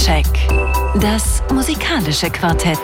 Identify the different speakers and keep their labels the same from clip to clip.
Speaker 1: Soundcheck. Das musikalische Quartett.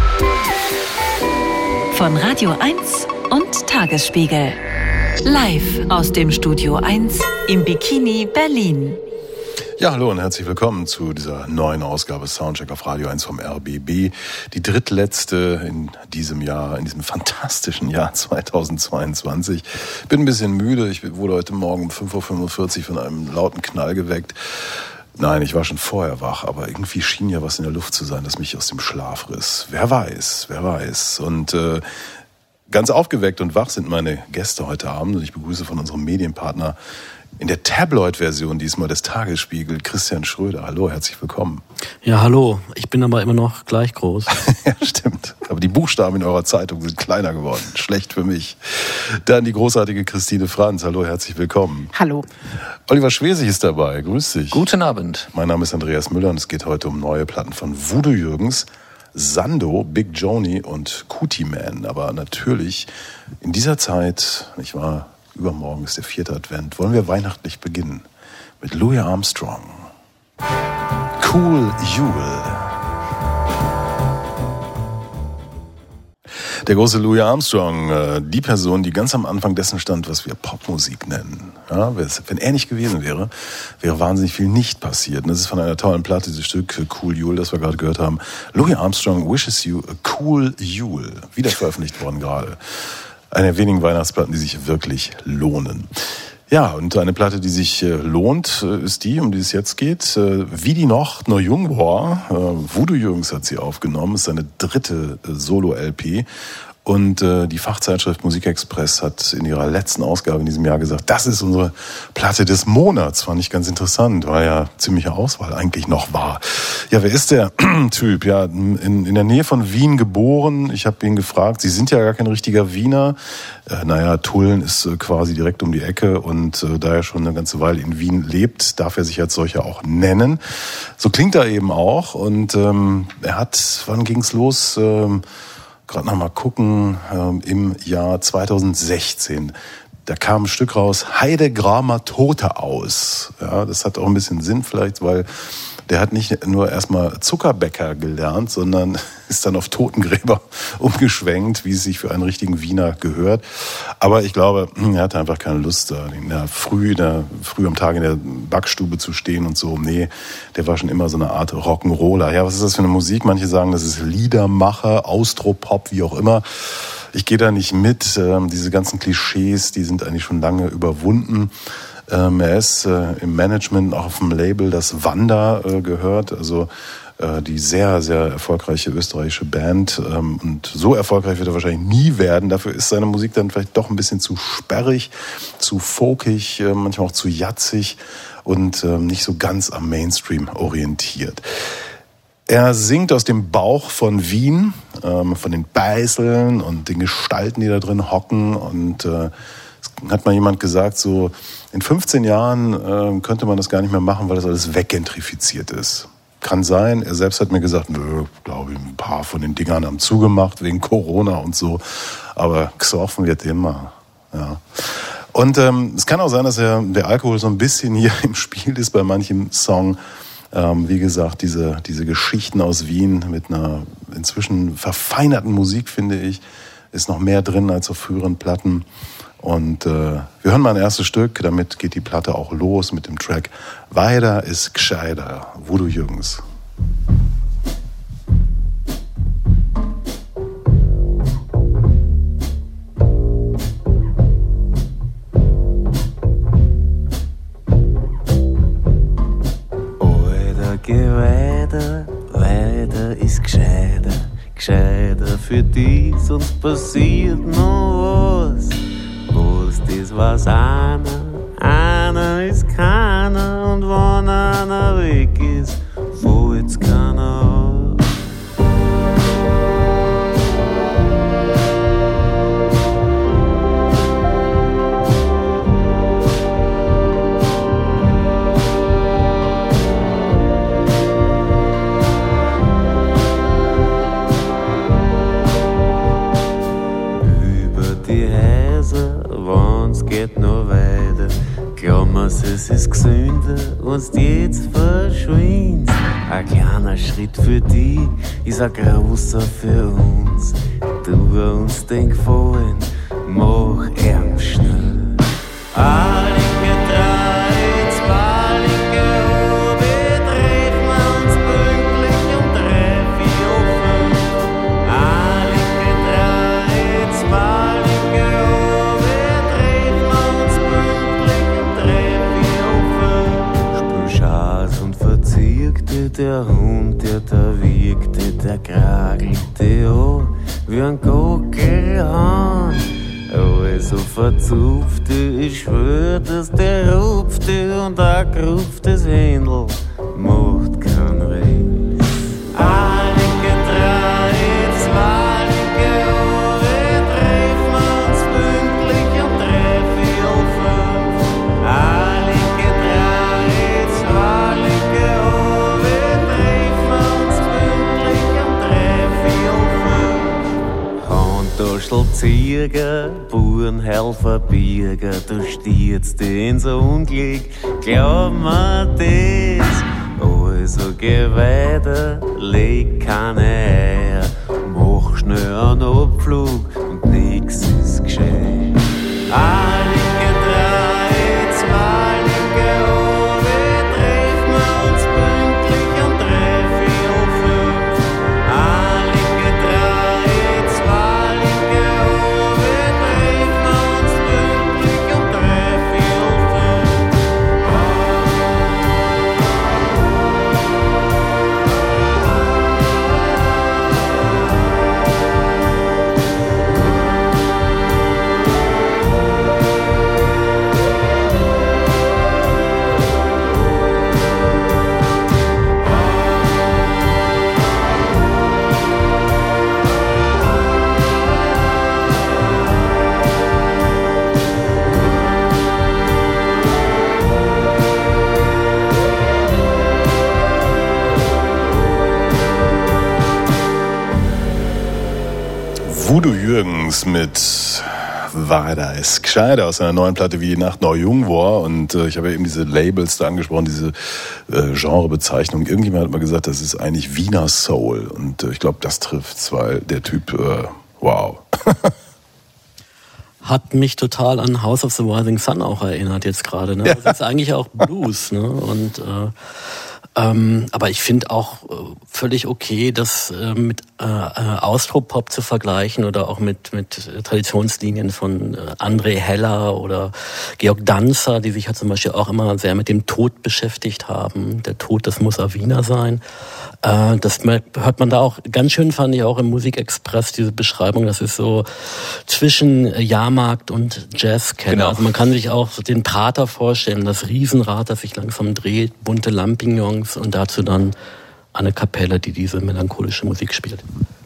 Speaker 1: Von Radio 1 und Tagesspiegel. Live aus dem Studio 1 im Bikini Berlin.
Speaker 2: Ja, hallo und herzlich willkommen zu dieser neuen Ausgabe Soundcheck auf Radio 1 vom RBB. Die drittletzte in diesem Jahr, in diesem fantastischen Jahr 2022. Bin ein bisschen müde. Ich wurde heute Morgen um 5.45 Uhr von einem lauten Knall geweckt. Nein, ich war schon vorher wach, aber irgendwie schien ja was in der Luft zu sein, das mich aus dem Schlaf riss. Wer weiß. Und ganz aufgeweckt und wach sind meine Gäste heute Abend und ich begrüße von unserem Medienpartner in der Tabloid-Version diesmal des Tagesspiegel Christian Schröder. Hallo, herzlich willkommen.
Speaker 3: Ja, hallo. Ich bin aber immer noch gleich groß.
Speaker 2: Ja, stimmt. Aber die Buchstaben in eurer Zeitung sind kleiner geworden. Schlecht für mich. Dann die großartige Christine Franz. Hallo, herzlich willkommen.
Speaker 4: Hallo.
Speaker 2: Oliver Schwesig ist dabei. Grüß dich.
Speaker 5: Guten Abend.
Speaker 2: Mein Name ist Andreas Müller und es geht heute um neue Platten von Voodoo Jürgens, Sando, Big Joni und Cootie Man. Aber natürlich in dieser Zeit, nicht wahr? Übermorgen ist der 4. Advent. Wollen wir weihnachtlich beginnen mit Louis Armstrong. Cool Jule. Der große Louis Armstrong, die Person, die ganz am Anfang dessen stand, was wir Popmusik nennen. Ja, wenn er nicht gewesen wäre, wäre wahnsinnig viel nicht passiert. Und das ist von einer tollen Platte, dieses Stück Cool Jule, das wir gerade gehört haben. Louis Armstrong wishes you a cool Jule. Wieder veröffentlicht worden gerade. Eine der wenigen Weihnachtsplatten, die sich wirklich lohnen. Ja, und eine Platte, die sich lohnt, ist die, um die es jetzt geht. Wie die noch jung war. Voodoo Jürgens hat sie aufgenommen. Ist seine dritte Solo-LP. Und die Fachzeitschrift Musikexpress hat in ihrer letzten Ausgabe in diesem Jahr gesagt, das ist unsere Platte des Monats. Fand ich ganz interessant, weil ja ziemliche Auswahl eigentlich noch war. Ja, wer ist der Typ? Ja, in der Nähe von Wien geboren. Ich habe ihn gefragt, Sie sind ja gar kein richtiger Wiener. Tulln ist quasi direkt um die Ecke und da er schon eine ganze Weile in Wien lebt, darf er sich als solcher auch nennen. So klingt er eben auch und er hat, wann ging's los? Gerade noch mal gucken, im Jahr 2016. Da kam ein Stück raus, Heide Grama Tote aus. Ja, das hat auch ein bisschen Sinn vielleicht, weil der hat nicht nur erstmal Zuckerbäcker gelernt, sondern ist dann auf Totengräber umgeschwenkt, wie es sich für einen richtigen Wiener gehört. Aber ich glaube, er hatte einfach keine Lust, früh am Tag in der Backstube zu stehen und so. Nee, der war schon immer so eine Art Rock'n'Roller. Ja, was ist das für eine Musik? Manche sagen, das ist Liedermacher, Austropop, wie auch immer. Ich gehe da nicht mit. Diese ganzen Klischees, die sind eigentlich schon lange überwunden. Er ist im Management auch auf dem Label, das Wanda gehört, also die sehr, sehr erfolgreiche österreichische Band. Und so erfolgreich wird er wahrscheinlich nie werden. Dafür ist seine Musik dann vielleicht doch ein bisschen zu sperrig, zu folkig, manchmal auch zu jatzig und nicht so ganz am Mainstream orientiert. Er singt aus dem Bauch von Wien, von den Beißeln und den Gestalten, die da drin hocken. Und hat mal jemand gesagt, so in 15 Jahren könnte man das gar nicht mehr machen, weil das alles weggentrifiziert ist. Kann sein. Er selbst hat mir gesagt, nö, glaube ich, ein paar von den Dingern haben zugemacht wegen Corona und so. Aber gesoffen wird immer. Ja. Und es kann auch sein, dass der Alkohol so ein bisschen hier im Spiel ist bei manchem Song. Wie gesagt, diese Geschichten aus Wien mit einer inzwischen verfeinerten Musik, finde ich, ist noch mehr drin als auf früheren Platten. Und wir hören mal ein erstes Stück, damit geht die Platte auch los mit dem Track Weiter ist gescheiter, Voodoo Jürgens.
Speaker 6: Weiter ist gescheiter für dich, sonst passiert noch was. Was, das weiß einer ist keiner, und wenn einer weg ist, fällt's keiner auf. Geht noch weiter, glauben wir, es ist gesünder uns jetzt verschwindest. Ein kleiner Schritt für dich ist ein großer für uns. Tu uns den Gefallen, mach ihn schnell. Linke 3, 2, linke O, wir treffen uns pünktlich um 3, 4, 5. Linke 3, 2, linke O, wir treffen uns pünktlich um 3, 4, 5. Spül Schaß und verziegte der Hund, der da wiegte, der kragelte an wie ein Gockelhahn. Also verzupfte, ich schwör, dass der rupfte und ein gerupftes Händel macht kein Riss. Linke 3, 2, linke O, wir treffen uns pünktlich um 3, 4, 5. Linke 3, 2, linke O, wir treffen uns pünktlich um 3, 4, 5. Handtaschelzieger, Burenhelfer, Bierger, du stürzt ins Unglück, glaub mir das. Also geh weiter, leg keine Eier, mach schnell einen Abflug und nix ist gescheit. Linke 3, 2, linke O, wir treffen uns pünktlich um 3, 4, 5. Linke 3, 2, linke O, wir treffen uns pünktlich um 3, 4, 5.
Speaker 2: Voodoo Jürgens mit Weiter ist gescheiter aus seiner neuen Platte Wie die Nacht noch jung war. Und ich habe ja eben diese Labels da angesprochen, diese Genrebezeichnung. Irgendjemand hat mal gesagt, das ist eigentlich Wiener Soul. Und ich glaube, das trifft's, weil der Typ, wow.
Speaker 3: Hat mich total an House of the Rising Sun auch erinnert jetzt gerade. Ne? Das ist eigentlich auch Blues. Ne? Und aber ich finde auch völlig okay, das mit Austropop zu vergleichen oder auch mit Traditionslinien von André Heller oder Georg Danzer, die sich ja zum Beispiel auch immer sehr mit dem Tod beschäftigt haben. Der Tod, das muss ein Wiener sein. Das hört man da auch ganz schön, fand ich auch im Musikexpress, diese Beschreibung, das ist so zwischen Jahrmarkt und Jazzkeller. Genau. Also man kann sich auch den Prater vorstellen, das Riesenrad, das sich langsam dreht, bunte Lampignons und dazu dann eine Kapelle, die diese melancholische Musik spielt.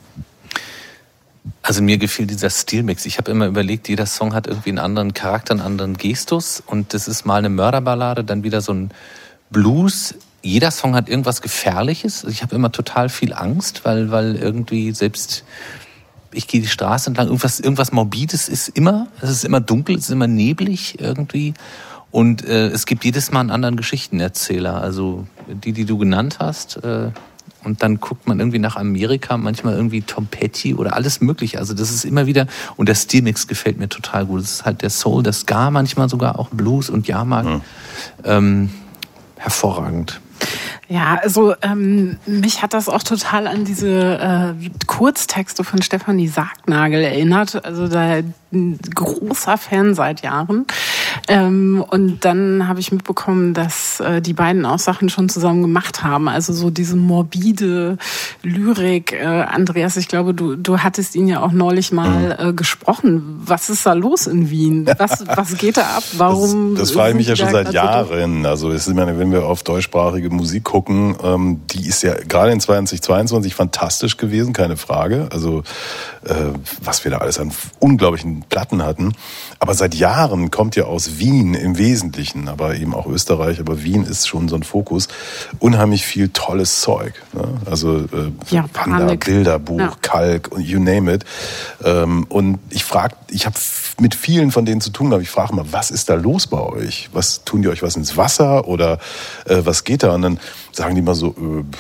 Speaker 4: Also mir gefiel dieser Stilmix. Ich habe immer überlegt, jeder Song hat irgendwie einen anderen Charakter, einen anderen Gestus und das ist mal eine Mörderballade, dann wieder so ein Blues. Jeder Song hat irgendwas Gefährliches. Ich habe immer total viel Angst, weil irgendwie selbst ich gehe die Straße entlang, irgendwas Morbides ist immer. Es ist immer dunkel, es ist immer neblig irgendwie. Und es gibt jedes Mal einen anderen Geschichtenerzähler. Also die du genannt hast. Und dann guckt man irgendwie nach Amerika, manchmal irgendwie Tom Petty oder alles mögliche. Also das ist immer wieder, und der Stilmix gefällt mir total gut. Das ist halt der Soul, der Ska, manchmal sogar auch Blues und Jahrmarkt. Hervorragend.
Speaker 5: Ja, also mich hat das auch total an diese Kurztexte von Stefanie Sargnagel erinnert. Also da ein großer Fan seit Jahren. Und dann habe ich mitbekommen, dass die beiden auch Sachen schon zusammen gemacht haben. Also so diese morbide Lyrik. Andreas, ich glaube, du hattest ihn ja auch neulich mal gesprochen. Was ist da los in Wien? Was geht da ab? Warum?
Speaker 2: Das frage ich mich ja schon seit Jahren. Also es ist immer, wenn wir auf deutschsprachige Musik gucken, die ist ja gerade in 2022 fantastisch gewesen, keine Frage. Also was wir da alles an unglaublichen Platten hatten. Aber seit Jahren kommt ja aus dass Wien im Wesentlichen, aber eben auch Österreich, aber Wien ist schon so ein Fokus, unheimlich viel tolles Zeug. Ne? Also Panda, Bilderbuch, Kalk und you name it. Und ich habe mit vielen von denen zu tun gehabt. Ich frage mal, was ist da los bei euch? Was tun die euch was ins Wasser oder was geht da? Und dann sagen die mal so,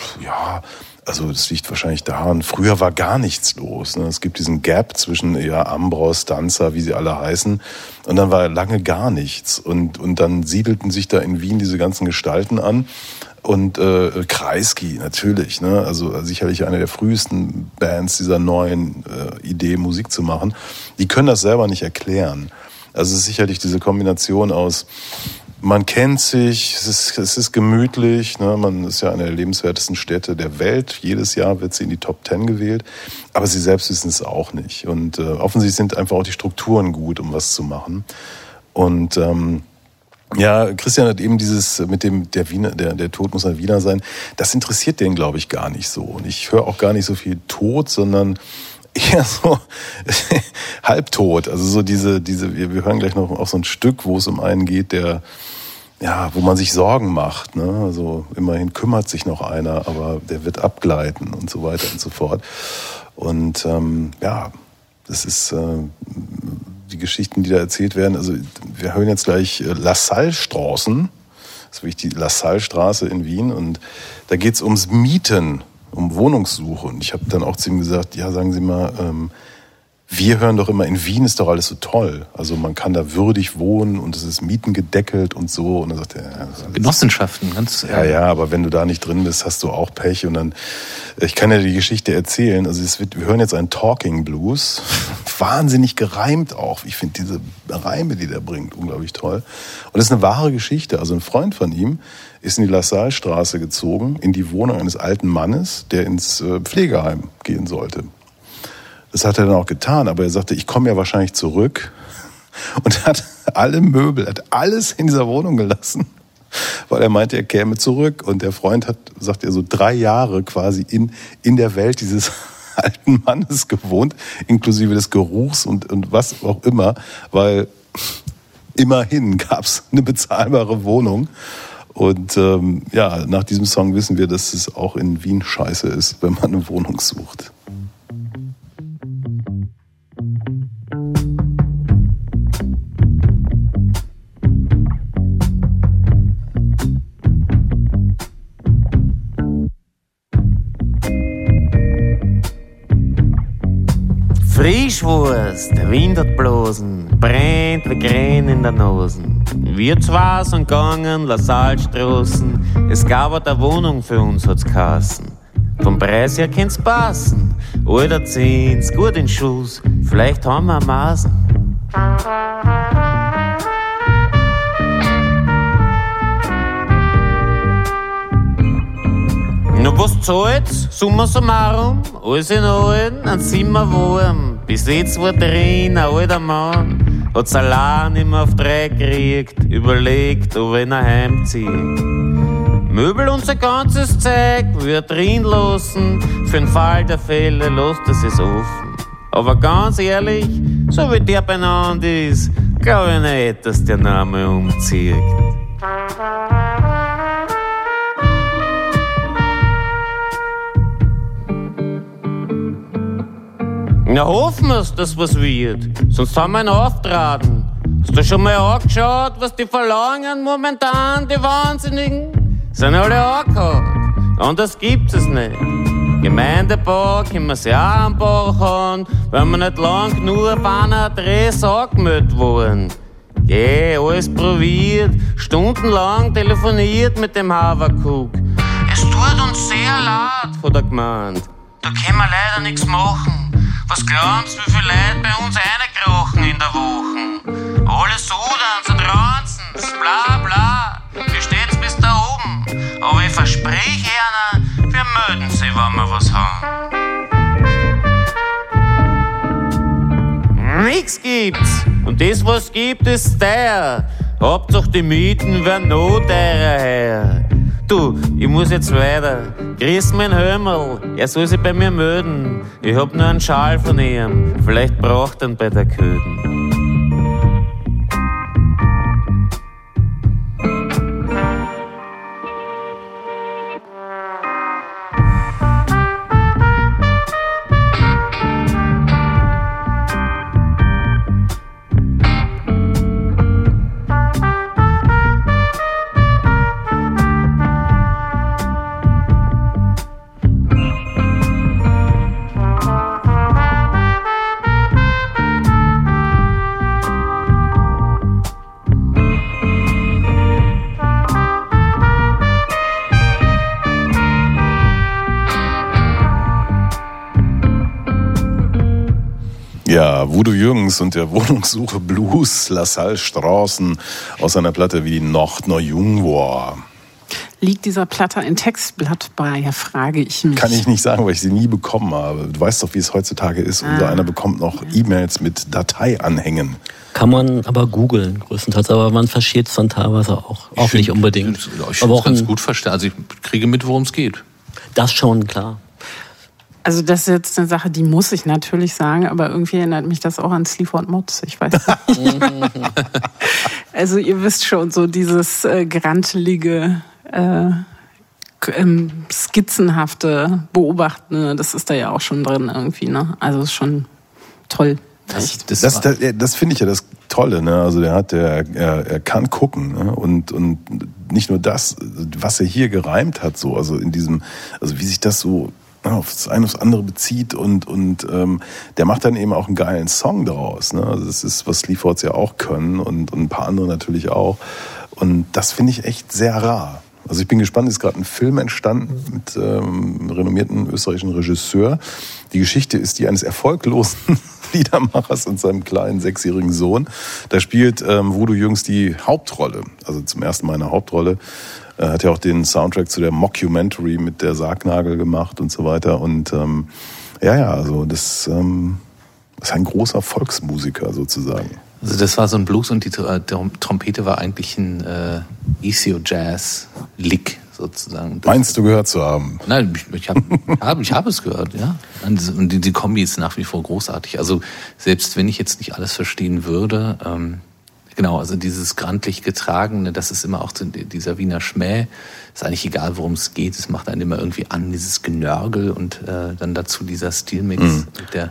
Speaker 2: also das liegt wahrscheinlich daran, früher war gar nichts los. Ne? Es gibt diesen Gap zwischen Ambros, Danza, wie sie alle heißen. Und dann war lange gar nichts. Und dann siedelten sich da in Wien diese ganzen Gestalten an. Und Kreisky natürlich, ne? Also sicherlich eine der frühesten Bands dieser neuen Idee, Musik zu machen. Die können das selber nicht erklären. Also es ist sicherlich diese Kombination aus, man kennt sich, es ist gemütlich, ne? Man ist ja eine der lebenswertesten Städte der Welt. Jedes Jahr wird sie in die Top 10 gewählt. Aber sie selbst wissen es auch nicht. Und offensichtlich sind einfach auch die Strukturen gut, um was zu machen. Und Christian hat eben dieses mit dem der Tod muss ein Wiener sein. Das interessiert den, glaube ich, gar nicht so. Und ich höre auch gar nicht so viel Tod, sondern eher so halbtot. Also so diese wir hören gleich noch auch so ein Stück, wo es um einen geht, wo man sich Sorgen macht. Ne? Also immerhin kümmert sich noch einer, aber der wird abgleiten und so weiter und so fort. Und das ist die Geschichten, die da erzählt werden. Also wir hören jetzt gleich LaSalle-Straßen. Das ist wirklich die LaSalle-Straße in Wien. Und da geht es ums Mieten, um Wohnungssuche. Und ich habe dann auch zu ihm gesagt, ja, sagen Sie mal, wir hören doch immer, in Wien ist doch alles so toll. Also man kann da würdig wohnen und es ist mietengedeckelt und so. Und dann sagt er,
Speaker 4: Genossenschaften, ganz.
Speaker 2: Ja, aber wenn du da nicht drin bist, hast du auch Pech. Und dann, ich kann ja die Geschichte erzählen. Also wir hören jetzt einen Talking Blues. Wahnsinnig gereimt auch. Ich finde diese Reime, die der bringt, unglaublich toll. Und das ist eine wahre Geschichte. Also ein Freund von ihm ist in die LaSalle-Straße gezogen, in die Wohnung eines alten Mannes, der ins Pflegeheim gehen sollte. Das hat er dann auch getan, aber er sagte, ich komme ja wahrscheinlich zurück, und hat alle Möbel, hat alles in dieser Wohnung gelassen, weil er meinte, er käme zurück. Und der Freund hat, sagt er, so 3 Jahre quasi in der Welt dieses alten Mannes gewohnt, inklusive des Geruchs und was auch immer, weil immerhin gab es eine bezahlbare Wohnung. Und nach diesem Song wissen wir, dass es auch in Wien scheiße ist, wenn man eine Wohnung sucht.
Speaker 6: Frischwurst, der Wind hat bloßen, brennt wie Krähen in der Nosen. Wir zwei sind gegangen, LaSalle-Straßen, es gab eine Wohnung für uns, hat's geheißen. Vom Preis her kann's passen, alter Zehns, gut in Schuss, vielleicht haben wir Maßen. Na was zahlt's? Summa summarum, alles in allem, dann sind wir warm. Bis jetzt war drin, ein alter Mann, hat's allein immer auf 3 gekriegt, überlegt, ob er heimzieht. Möbel und sein ganzes Zeug will er drin lassen, für den Fall der Fälle lässt er es offen. Aber ganz ehrlich, so wie der beieinander ist, glaub ich nicht, dass der Name umzieht. Na hoffen wir's, dass was wird, sonst haben wir einen Auftraten. Hast du schon mal angeschaut, was die verlangen momentan, die Wahnsinnigen? Sind alle angehört, anders gibt's es nicht. Gemeindebau können wir sie auch anbauen, wenn wir nicht lang genug auf einer Adresse angemeldet waren. Alles probiert, stundenlang telefoniert mit dem Haverkuck. Es tut uns sehr leid, von der Gemeinde. Da können wir leider nichts machen. Was glaubst du, wie viele Leute bei uns reingekrochen in der Woche? Alle Sudans und Ranzens, bla bla. Wie steht's bis da oben? Aber ich verspreche Ihnen, wir melden sie, wenn wir was haben. Nix gibt's. Und das, was gibt, ist teuer. Hauptsache die Mieten werden noch teurer her. Du, ich muss jetzt weiter. Grüß mein Hömerl, er soll sich bei mir melden. Ich hab nur einen Schal von ihm, vielleicht braucht er ihn bei der Köden.
Speaker 2: Ja, Voodoo Jürgens und der Wohnungssuche Blues, LaSalle Straßen aus seiner Platte wie Nacht noch jung war.
Speaker 5: Liegt dieser Platte ein Textblatt bei, ja, frage ich mich.
Speaker 2: Kann ich nicht sagen, weil ich sie nie bekommen habe. Du weißt doch, wie es heutzutage ist. Unser einer bekommt noch E-Mails mit Dateianhängen.
Speaker 3: Kann man aber googeln, größtenteils. Aber man versteht es dann teilweise auch nicht unbedingt.
Speaker 4: Ich finde es ganz gut verstehen. Also ich kriege mit, worum es geht.
Speaker 3: Das schon, klar.
Speaker 5: Also das ist jetzt eine Sache, die muss ich natürlich sagen, aber irgendwie erinnert mich das auch an Sleaford Mods. Ich weiß nicht. Also ihr wisst schon, so dieses grantelige, skizzenhafte Beobachten, das ist da ja auch schon drin irgendwie, ne? Also ist schon toll.
Speaker 2: Das finde ich ja das Tolle, ne? Also er kann gucken, ne? Und nicht nur das, was er hier gereimt hat, so, also in diesem, also wie sich das so auf das eine aufs andere bezieht und der macht dann eben auch einen geilen Song daraus, ne? Also das ist, was Sleafords ja auch können und ein paar andere natürlich auch. Und das finde ich echt sehr rar. Also ich bin gespannt, es ist gerade ein Film entstanden mit einem renommierten österreichischen Regisseur. Die Geschichte ist die eines erfolglosen Liedermachers und seinem kleinen 6-jährigen Sohn. Da spielt Voodoo Jürgens die Hauptrolle, also zum ersten Mal eine Hauptrolle. Er hat ja auch den Soundtrack zu der Mockumentary mit der Sargnagel gemacht und so weiter. Und also das ist ein großer Volksmusiker sozusagen.
Speaker 4: Also das war so ein Blues und die Trompete war eigentlich ein ECO-Jazz-Lick sozusagen.
Speaker 2: Meinst du gehört zu haben?
Speaker 4: Nein, ich hab es gehört, ja. Und die Kombi ist nach wie vor großartig. Also selbst wenn ich jetzt nicht alles verstehen würde, genau, also dieses grantlich Getragene, das ist immer auch dieser Wiener Schmäh. Ist eigentlich egal, worum es geht. Es macht einen immer irgendwie an, dieses Genörgel und dann dazu dieser Stilmix.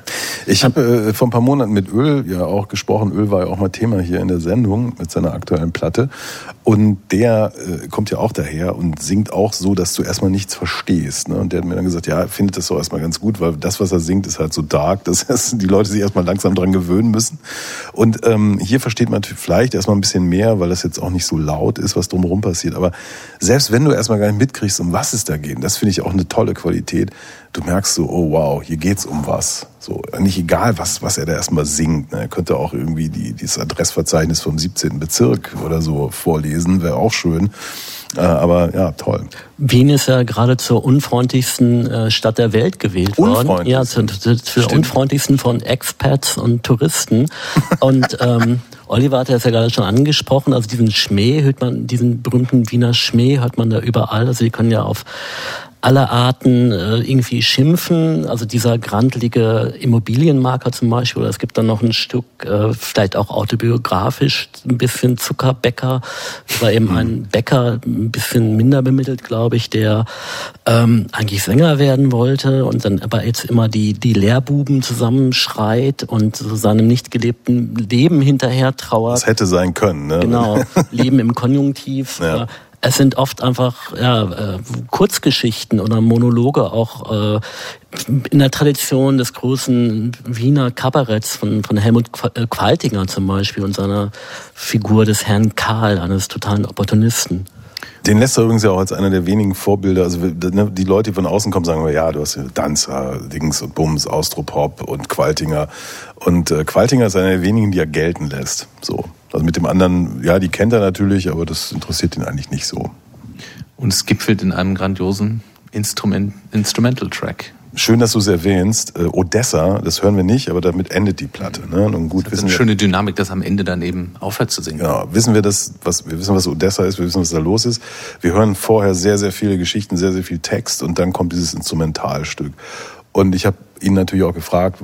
Speaker 2: Ich habe vor ein paar Monaten mit Öl ja auch gesprochen. Öl war ja auch mal Thema hier in der Sendung mit seiner aktuellen Platte. Und der kommt ja auch daher und singt auch so, dass du erstmal nichts verstehst. Ne? Und der hat mir dann gesagt, ja, er findet das so erstmal ganz gut, weil das, was er singt, ist halt so dark, dass die Leute sich erstmal langsam dran gewöhnen müssen. Und hier versteht man vielleicht erstmal ein bisschen mehr, weil das jetzt auch nicht so laut ist, was drumherum passiert. Aber selbst wenn du erstmal gar nicht mitkriegst, um was es da geht, das finde ich auch eine tolle Qualität. Du merkst so, oh wow, hier geht's um was. So, nicht egal, was er da erstmal singt. Ne? Er könnte auch irgendwie dieses Adressverzeichnis vom 17. Bezirk oder so vorlesen, wäre auch schön. Aber ja, toll.
Speaker 3: Wien ist ja gerade zur unfreundlichsten Stadt der Welt gewählt worden. Ja, zur unfreundlichsten von Expats und Touristen. Und Oliver hat das ja gerade schon angesprochen, also diesen Schmäh hört man, diesen berühmten Wiener Schmäh hört man da überall. Also die können ja auf alle Arten irgendwie schimpfen, also dieser grantlige Immobilienmakler zum Beispiel, oder es gibt dann noch ein Stück, vielleicht auch autobiografisch, ein bisschen Zuckerbäcker, war eben ein Bäcker, ein bisschen minder bemittelt, glaube ich, der eigentlich Sänger werden wollte und dann aber jetzt immer die Lehrbuben zusammenschreit und so seinem nicht gelebten Leben hinterher trauert.
Speaker 2: Das hätte sein können, ne?
Speaker 3: Genau, Leben im Konjunktiv. Ja. Es sind oft einfach Kurzgeschichten oder Monologe auch in der Tradition des großen Wiener Kabaretts von Helmut Qualtinger zum Beispiel und seiner Figur des Herrn Karl, eines totalen Opportunisten.
Speaker 2: Den lässt er übrigens ja auch als einer der wenigen Vorbilder, also die Leute, die von außen kommen, sagen, ja, du hast ja Danzer, Dings und Bums, Austropop und Qualtinger. Und Qualtinger ist einer der wenigen, die er gelten lässt. So. Also mit dem anderen, ja, die kennt er natürlich, aber das interessiert ihn eigentlich nicht so.
Speaker 4: Und es gipfelt in einem grandiosen Instrumental-Track.
Speaker 2: Schön, dass du es erwähnst. Odessa, das hören wir nicht, aber damit endet die Platte. Ne? Und gut,
Speaker 4: das ist eine schöne Dynamik, dass am Ende dann eben aufhört zu singen.
Speaker 2: Ja, wir wissen, was Odessa ist, wir wissen, was da los ist. Wir hören vorher sehr, sehr viele Geschichten, sehr, sehr viel Text und dann kommt dieses Instrumentalstück. Und ich habe ihn natürlich auch gefragt,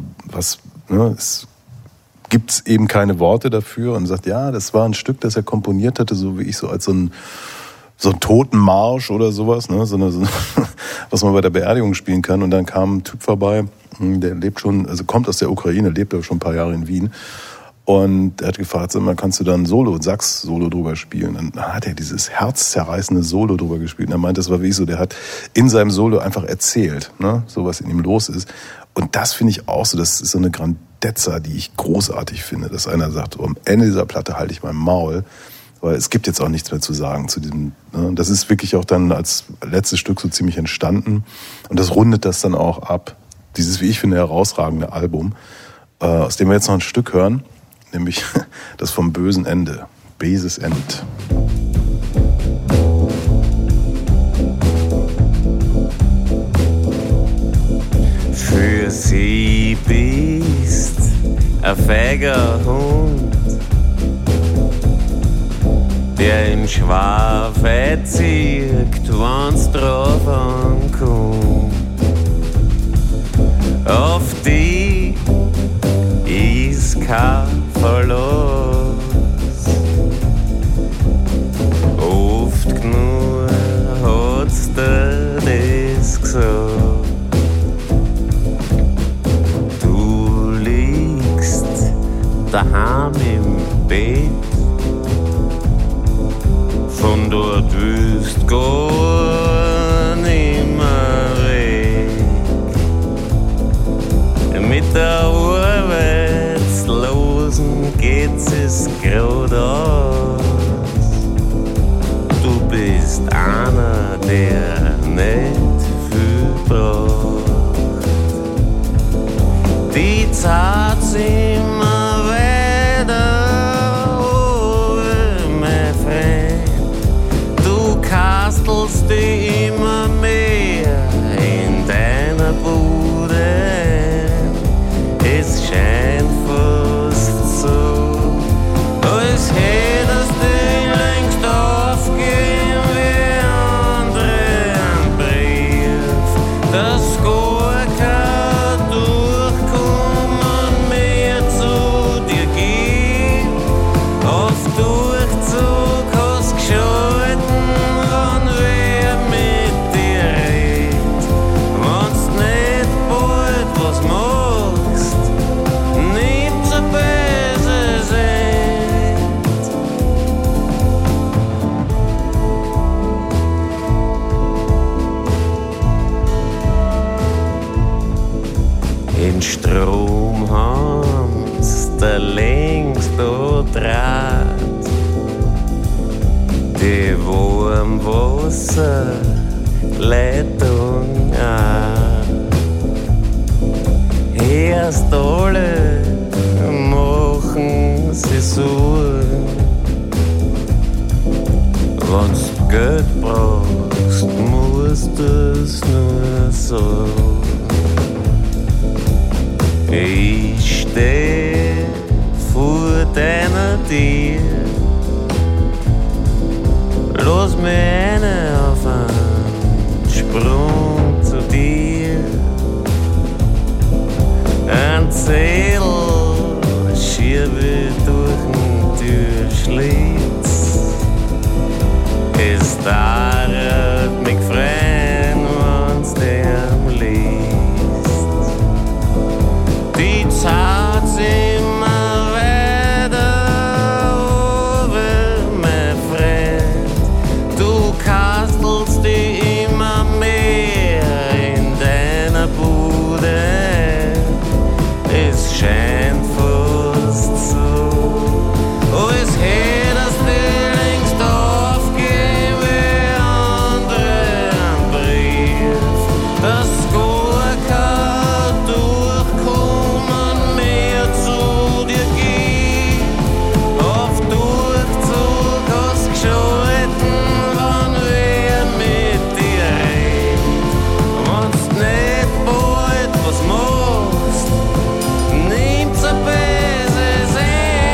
Speaker 2: gibt es eben keine Worte dafür und sagt, ja, das war ein Stück, das er komponiert hatte, so wie ich so als so ein Totenmarsch oder sowas, ne? Was man bei der Beerdigung spielen kann. Und dann kam ein Typ vorbei, der lebt schon, also kommt aus der Ukraine, lebt aber schon ein paar Jahre in Wien. Und er hat gefragt, sag mal, kannst du da ein Sax-Solo drüber spielen? Und dann hat er dieses herzzerreißende Solo drüber gespielt. Und er meinte, das war wie so, der hat in seinem Solo einfach erzählt, ne? So was in ihm los ist. Und das finde ich auch so, das ist so eine Grandezza, die ich großartig finde, dass einer sagt, am Ende dieser Platte halte ich mein Maul, weil es gibt jetzt auch nichts mehr zu sagen zu diesem, ne? Das ist wirklich auch dann als letztes Stück so ziemlich entstanden und das rundet das dann auch ab. Dieses, wie ich finde, herausragende Album. aus dem wir jetzt noch ein Stück hören, nämlich das vom bösen Ende, Bases End.
Speaker 6: Für sie bist ein feiger Hund, der in Schwafheit zieht, wenn's drauf ankommt. Auf die ist kein Verlust. Oft genug hat's dir das gesagt. Du liegst daheim im Bett, von dort willst gar nimmer weg. Mit der Arbeitslosen geht's es grad aus. Du bist einer, der nicht viel braucht. Die Zeit immer weiter oben, mein Freund. Du kastelst dich immer mehr in deiner Bude. Es scheint fast so, als hättest du längst aufgegeben wie andere einen Brief. Das gar kein Durchkommen mehr zu dir gibt. Auf Durchzug hast geschalten, wann wer mit dir redet. Wenn's nicht bald was machst, nimm's ein böses End. In Strom haben's der längst da draht, die Warmwasserleitung auch. Erst alle machen sie Sorgen, wenn's Geld brauchst, musst du's nur sagen. Ich steh vor deiner Tür, los mir eine auf einen Sprung zu dir. Ein Zettel schiebe durch den Türschlitz. Es dauert mich freuen, wenn's dem liest. Die Zeit immer weiter oben, mein Freund. Du kastelst dich immer mehr in deiner Bude. Es scheint fast so, als hättest du längst aufgegeben wie andere einen Brief. Das gar kein Durchkommen mehr zu dir gibt. Auf Durchzug hast geschalten, wann wer mit dir redet. Wenn's nicht bald was machst, nimm's ein böses End.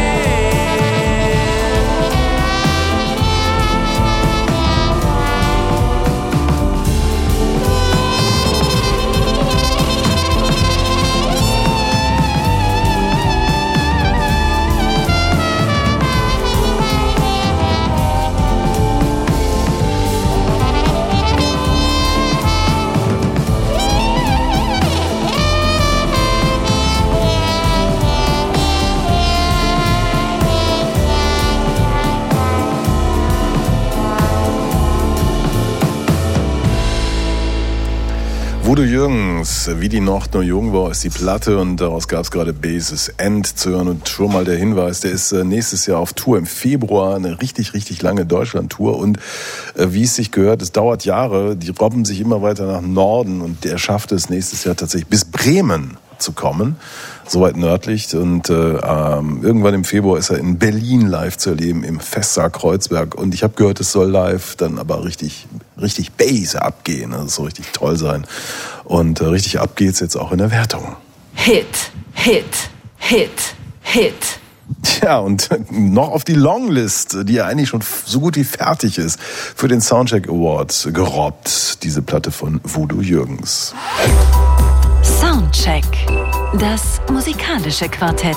Speaker 2: Udo Jürgens, wie die Nacht noch jung war, ist die Platte und daraus gab es gerade Bases End zu hören. Und schon mal der Hinweis, der ist nächstes Jahr auf Tour im Februar, eine richtig, richtig lange Deutschland-Tour. Und wie es sich gehört, es dauert Jahre, die robben sich immer weiter nach Norden und der schafft es nächstes Jahr tatsächlich bis Bremen. zu kommen, so weit nördlich. Und irgendwann im Februar ist er in Berlin live zu erleben, im Festsaal Kreuzberg. Und ich habe gehört, es soll live dann aber richtig Bass abgehen, also so richtig toll sein. Und richtig ab geht's jetzt auch in der Wertung.
Speaker 1: Hit, Hit, Hit, Hit.
Speaker 2: Tja, und noch auf die Longlist, die ja eigentlich schon so gut wie fertig ist, für den Soundcheck Award gerobbt, diese Platte von Voodoo Jürgens.
Speaker 1: Soundcheck, das musikalische Quartett.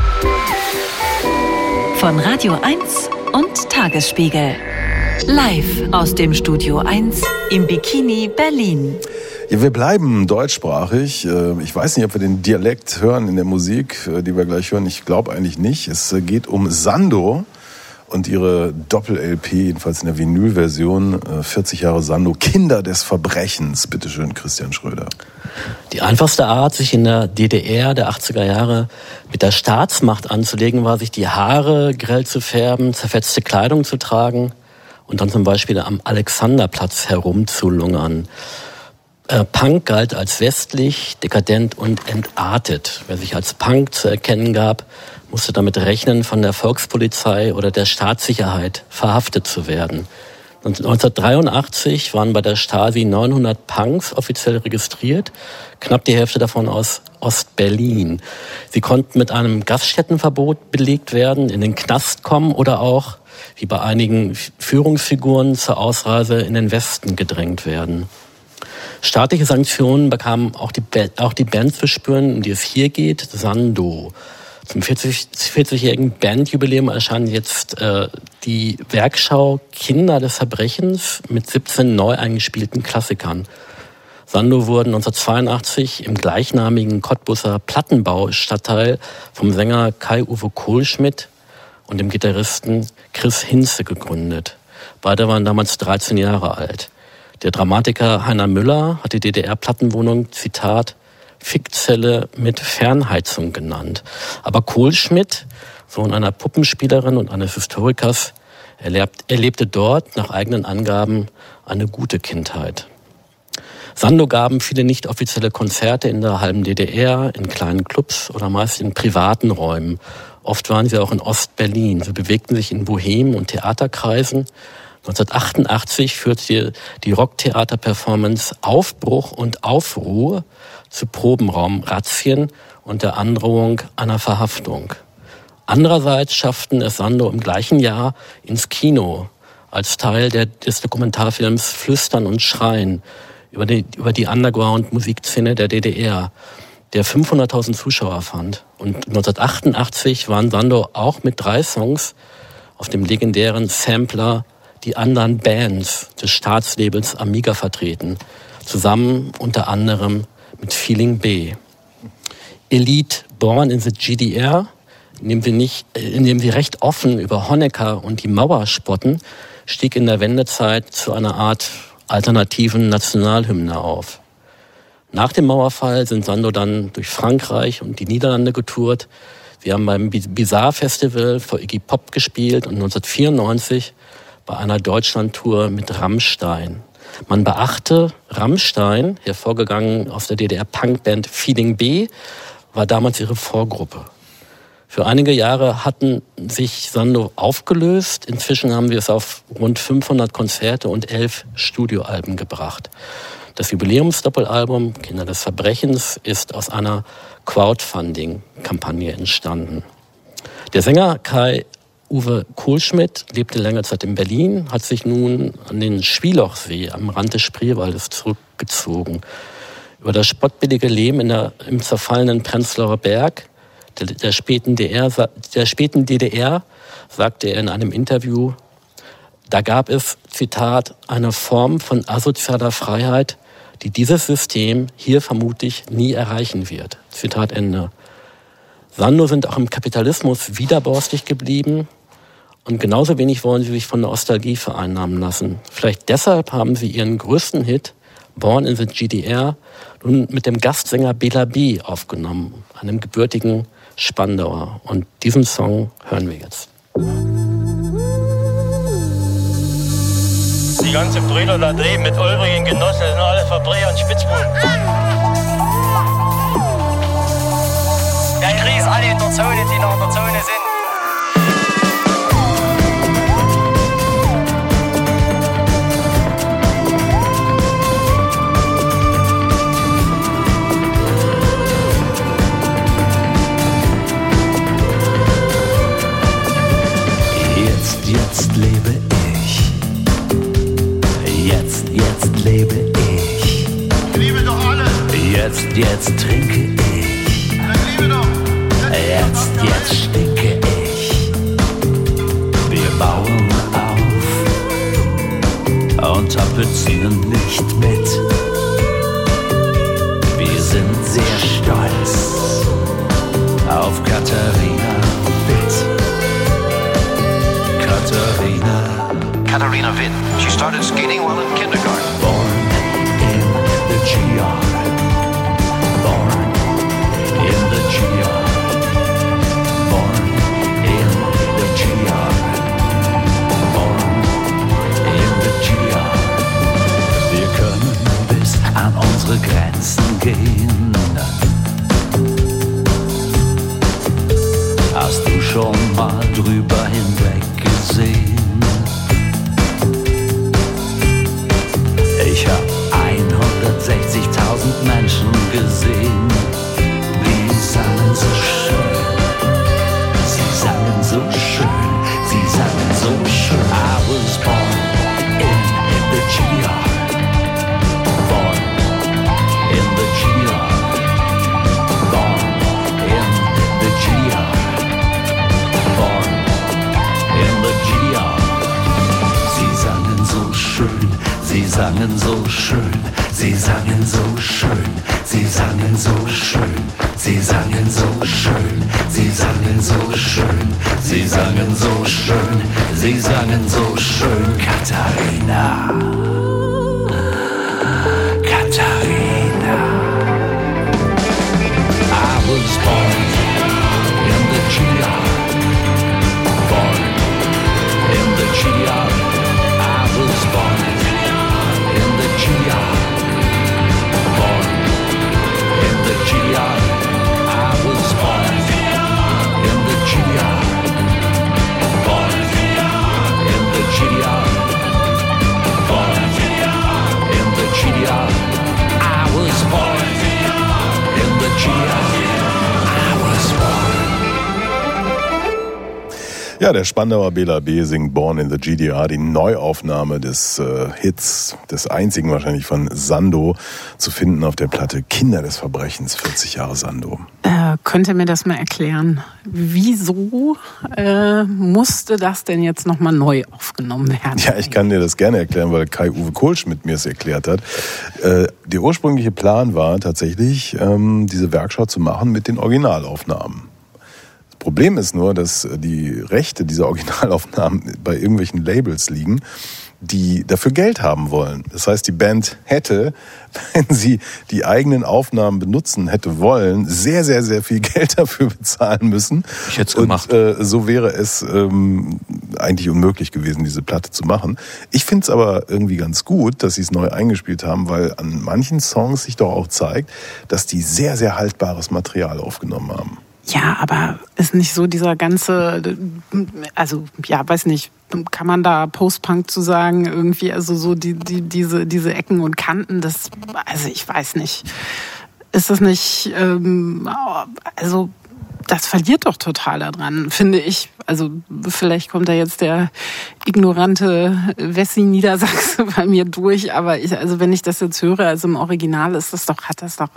Speaker 1: Von Radio 1 und Tagesspiegel. Live aus dem Studio 1 im Bikini Berlin.
Speaker 2: Ja, wir bleiben deutschsprachig. Ich weiß nicht, ob wir den Dialekt hören in der Musik, die wir gleich hören. Ich glaube eigentlich nicht. Es geht um Sando und ihre Doppel-LP, jedenfalls in der Vinyl-Version, 40 Jahre Sando, Kinder des Verbrechens. Bitte schön, Christian Schröder.
Speaker 3: Die einfachste Art, sich in der DDR der 80er Jahre mit der Staatsmacht anzulegen, war, sich die Haare grell zu färben, zerfetzte Kleidung zu tragen und dann zum Beispiel am Alexanderplatz herumzulungern. Punk galt als westlich, dekadent und entartet. Wer sich als Punk zu erkennen gab, musste damit rechnen, von der Volkspolizei oder der Staatssicherheit verhaftet zu werden. 1983 waren bei der Stasi 900 Punks offiziell registriert, knapp die Hälfte davon aus Ost-Berlin. Sie konnten mit einem Gaststättenverbot belegt werden, in den Knast kommen oder auch, wie bei einigen Führungsfiguren, zur Ausreise in den Westen gedrängt werden. Staatliche Sanktionen bekamen auch die Band zu spüren, um die es hier geht, Sando. Zum 40-jährigen Bandjubiläum erscheint jetzt die Werkschau Kinder des Verbrechens mit 17 neu eingespielten Klassikern. Sando wurden 1982 im gleichnamigen Cottbuser Plattenbaustadtteil vom Sänger Kai-Uwe Kohlschmidt und dem Gitarristen Chris Hinze gegründet. Beide waren damals 13 Jahre alt. Der Dramatiker Heiner Müller hat die DDR-Plattenwohnung, Zitat, Fickzelle mit Fernheizung genannt. Aber Kohlschmidt, Sohn einer Puppenspielerin und eines Historikers, erlebte dort nach eigenen Angaben eine gute Kindheit. Sando gaben viele nicht offizielle Konzerte in der halben DDR, in kleinen Clubs oder meist in privaten Räumen. Oft waren sie auch in Ost-Berlin. Sie bewegten sich in Bohem- und Theaterkreisen. 1988 führte die Rocktheater-Performance Aufbruch und Aufruhr zu Probenraumrazzien und der Androhung einer Verhaftung. Andererseits schafften es Sando im gleichen Jahr ins Kino als Teil des Dokumentarfilms Flüstern und Schreien über die Underground-Musikszene der DDR, der 500.000 Zuschauer fand. Und 1988 waren Sando auch mit 3 Songs auf dem legendären Sampler Die anderen Bands des Staatslabels Amiga vertreten, zusammen unter anderem mit Feeling B. Elite Born in the GDR, indem sie recht offen über Honecker und die Mauer spotten, stieg in der Wendezeit zu einer Art alternativen Nationalhymne auf. Nach dem Mauerfall sind Sando dann durch Frankreich und die Niederlande getourt. Sie haben beim Bizarre Festival vor Iggy Pop gespielt und 1994 bei einer Deutschlandtour mit Rammstein. Man beachte, Rammstein, hervorgegangen aus der DDR-Punkband Feeling B, war damals ihre Vorgruppe. Für einige Jahre hatten sich Sando aufgelöst. Inzwischen haben wir es auf rund 500 Konzerte und 11 Studioalben gebracht. Das Jubiläumsdoppelalbum Kinder des Verbrechens ist aus einer Crowdfunding-Kampagne entstanden. Der Sänger Kai-Uwe Kohlschmidt lebte lange Zeit in Berlin, hat sich nun an den Schwielochsee am Rand des Spreewaldes zurückgezogen. Über das spottbillige Leben im zerfallenen Prenzlauer Berg der späten DDR sagte er in einem Interview, da gab es, Zitat, eine Form von asozialer Freiheit, die dieses System hier vermutlich nie erreichen wird. Zitat Ende. Sando sind auch im Kapitalismus widerborstig geblieben und genauso wenig wollen sie sich von der Nostalgie vereinnahmen lassen. Vielleicht deshalb haben sie ihren größten Hit, Born in the GDR, nun mit dem Gastsänger Bela B. aufgenommen, einem gebürtigen Spandauer. Und diesen Song hören wir jetzt.
Speaker 7: Die ganzen Brüder da drüben mit übrigen Genossen, das sind alle Verbrecher und Spitzbuben. alle in der Zone, die nach der Zone sind.
Speaker 8: Jetzt lebe ich. Jetzt lebe ich.
Speaker 7: Liebe doch alle.
Speaker 8: Jetzt trinke ich.
Speaker 7: Liebe doch.
Speaker 8: Jetzt stinke ich. Wir bauen auf und tapezieren nicht mit. Wir sind sehr stolz auf Katharina Witt.
Speaker 7: Katharina Witt. She started skating while in kindergarten.
Speaker 8: Born in the GR. Born in the GR. Born in the GR. Born in the GR. Wir können bis an unsere Grenzen gehen. Hast du schon mal drüber hinweg gesehen? Ich hab 160.000 Menschen gesehen, die sangen so schön, sie sangen so schön, sie sangen so schön. I was born in the GR, born in the GR, born in the GR, born in the GR. Sie sangen so schön. Sie sangen so schön, sie sangen so schön, sie sangen so schön, sie sangen so schön, sie sangen so schön, sie sangen so schön, sie sangen so schön, Katharina. Katharina. I was born in the GR, born in the GR, I was born in the GR, born in the GR, I was born in the GR, born in the GR, born in the GR, I was born in the GR, I was born.
Speaker 2: Ja, der Spandauer Bela B. singt Born in the GDR, die Neuaufnahme des Hits, des einzigen wahrscheinlich von Sando, zu finden auf der Platte Kinder des Verbrechens, 40 Jahre Sando.
Speaker 5: Könnt ihr mir das mal erklären? Wieso musste das denn jetzt nochmal neu aufgenommen werden?
Speaker 2: Ja, ich kann dir das gerne erklären, weil Kai-Uwe Kohlschmidt mir es erklärt hat. Der ursprüngliche Plan war tatsächlich, diese Werkschau zu machen mit den Originalaufnahmen. Problem ist nur, dass die Rechte dieser Originalaufnahmen bei irgendwelchen Labels liegen, die dafür Geld haben wollen. Das heißt, die Band hätte, wenn sie die eigenen Aufnahmen benutzen hätte wollen, sehr, sehr, sehr viel Geld dafür bezahlen müssen.
Speaker 4: Ich hätte es gemacht.
Speaker 2: Und so wäre es eigentlich unmöglich gewesen, diese Platte zu machen. Ich finde es aber irgendwie ganz gut, dass sie es neu eingespielt haben, weil an manchen Songs sich doch auch zeigt, dass die sehr, sehr haltbares Material aufgenommen haben.
Speaker 5: Ja, aber ist nicht so dieser ganze, also ja, weiß nicht, kann man da Post-Punk zu sagen, irgendwie, also so diese Ecken und Kanten, das, also ich weiß nicht. Ist das nicht, also das verliert doch total daran, finde ich. Also vielleicht kommt da jetzt der ignorante Wessi Niedersachse bei mir durch, aber also wenn ich das jetzt höre, also im Original ist das doch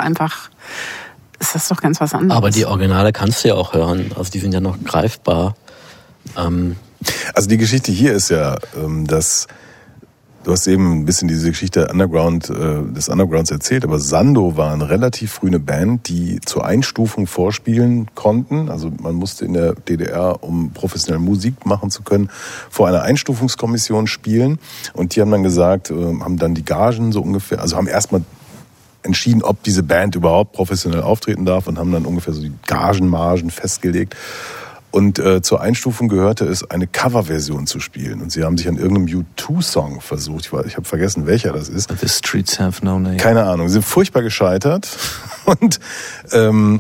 Speaker 5: ganz was anderes.
Speaker 3: Aber die Originale kannst du ja auch hören. Also die sind ja noch greifbar.
Speaker 2: Also die Geschichte hier ist ja, dass du hast eben ein bisschen diese Geschichte des Undergrounds erzählt, aber Sando war relativ früh eine Band, die zur Einstufung vorspielen konnten. Also man musste in der DDR, um professionell Musik machen zu können, vor einer Einstufungskommission spielen. Und die haben dann gesagt, haben dann die Gagen so ungefähr, also haben erstmal entschieden, ob diese Band überhaupt professionell auftreten darf und haben dann ungefähr so die Gagenmargen festgelegt. Und zur Einstufung gehörte es, eine Coverversion zu spielen. Und sie haben sich an irgendeinem U2-Song versucht. Ich habe vergessen, welcher das ist.
Speaker 4: The Streets Have No Name.
Speaker 2: Keine Ahnung. Sie sind furchtbar gescheitert. Und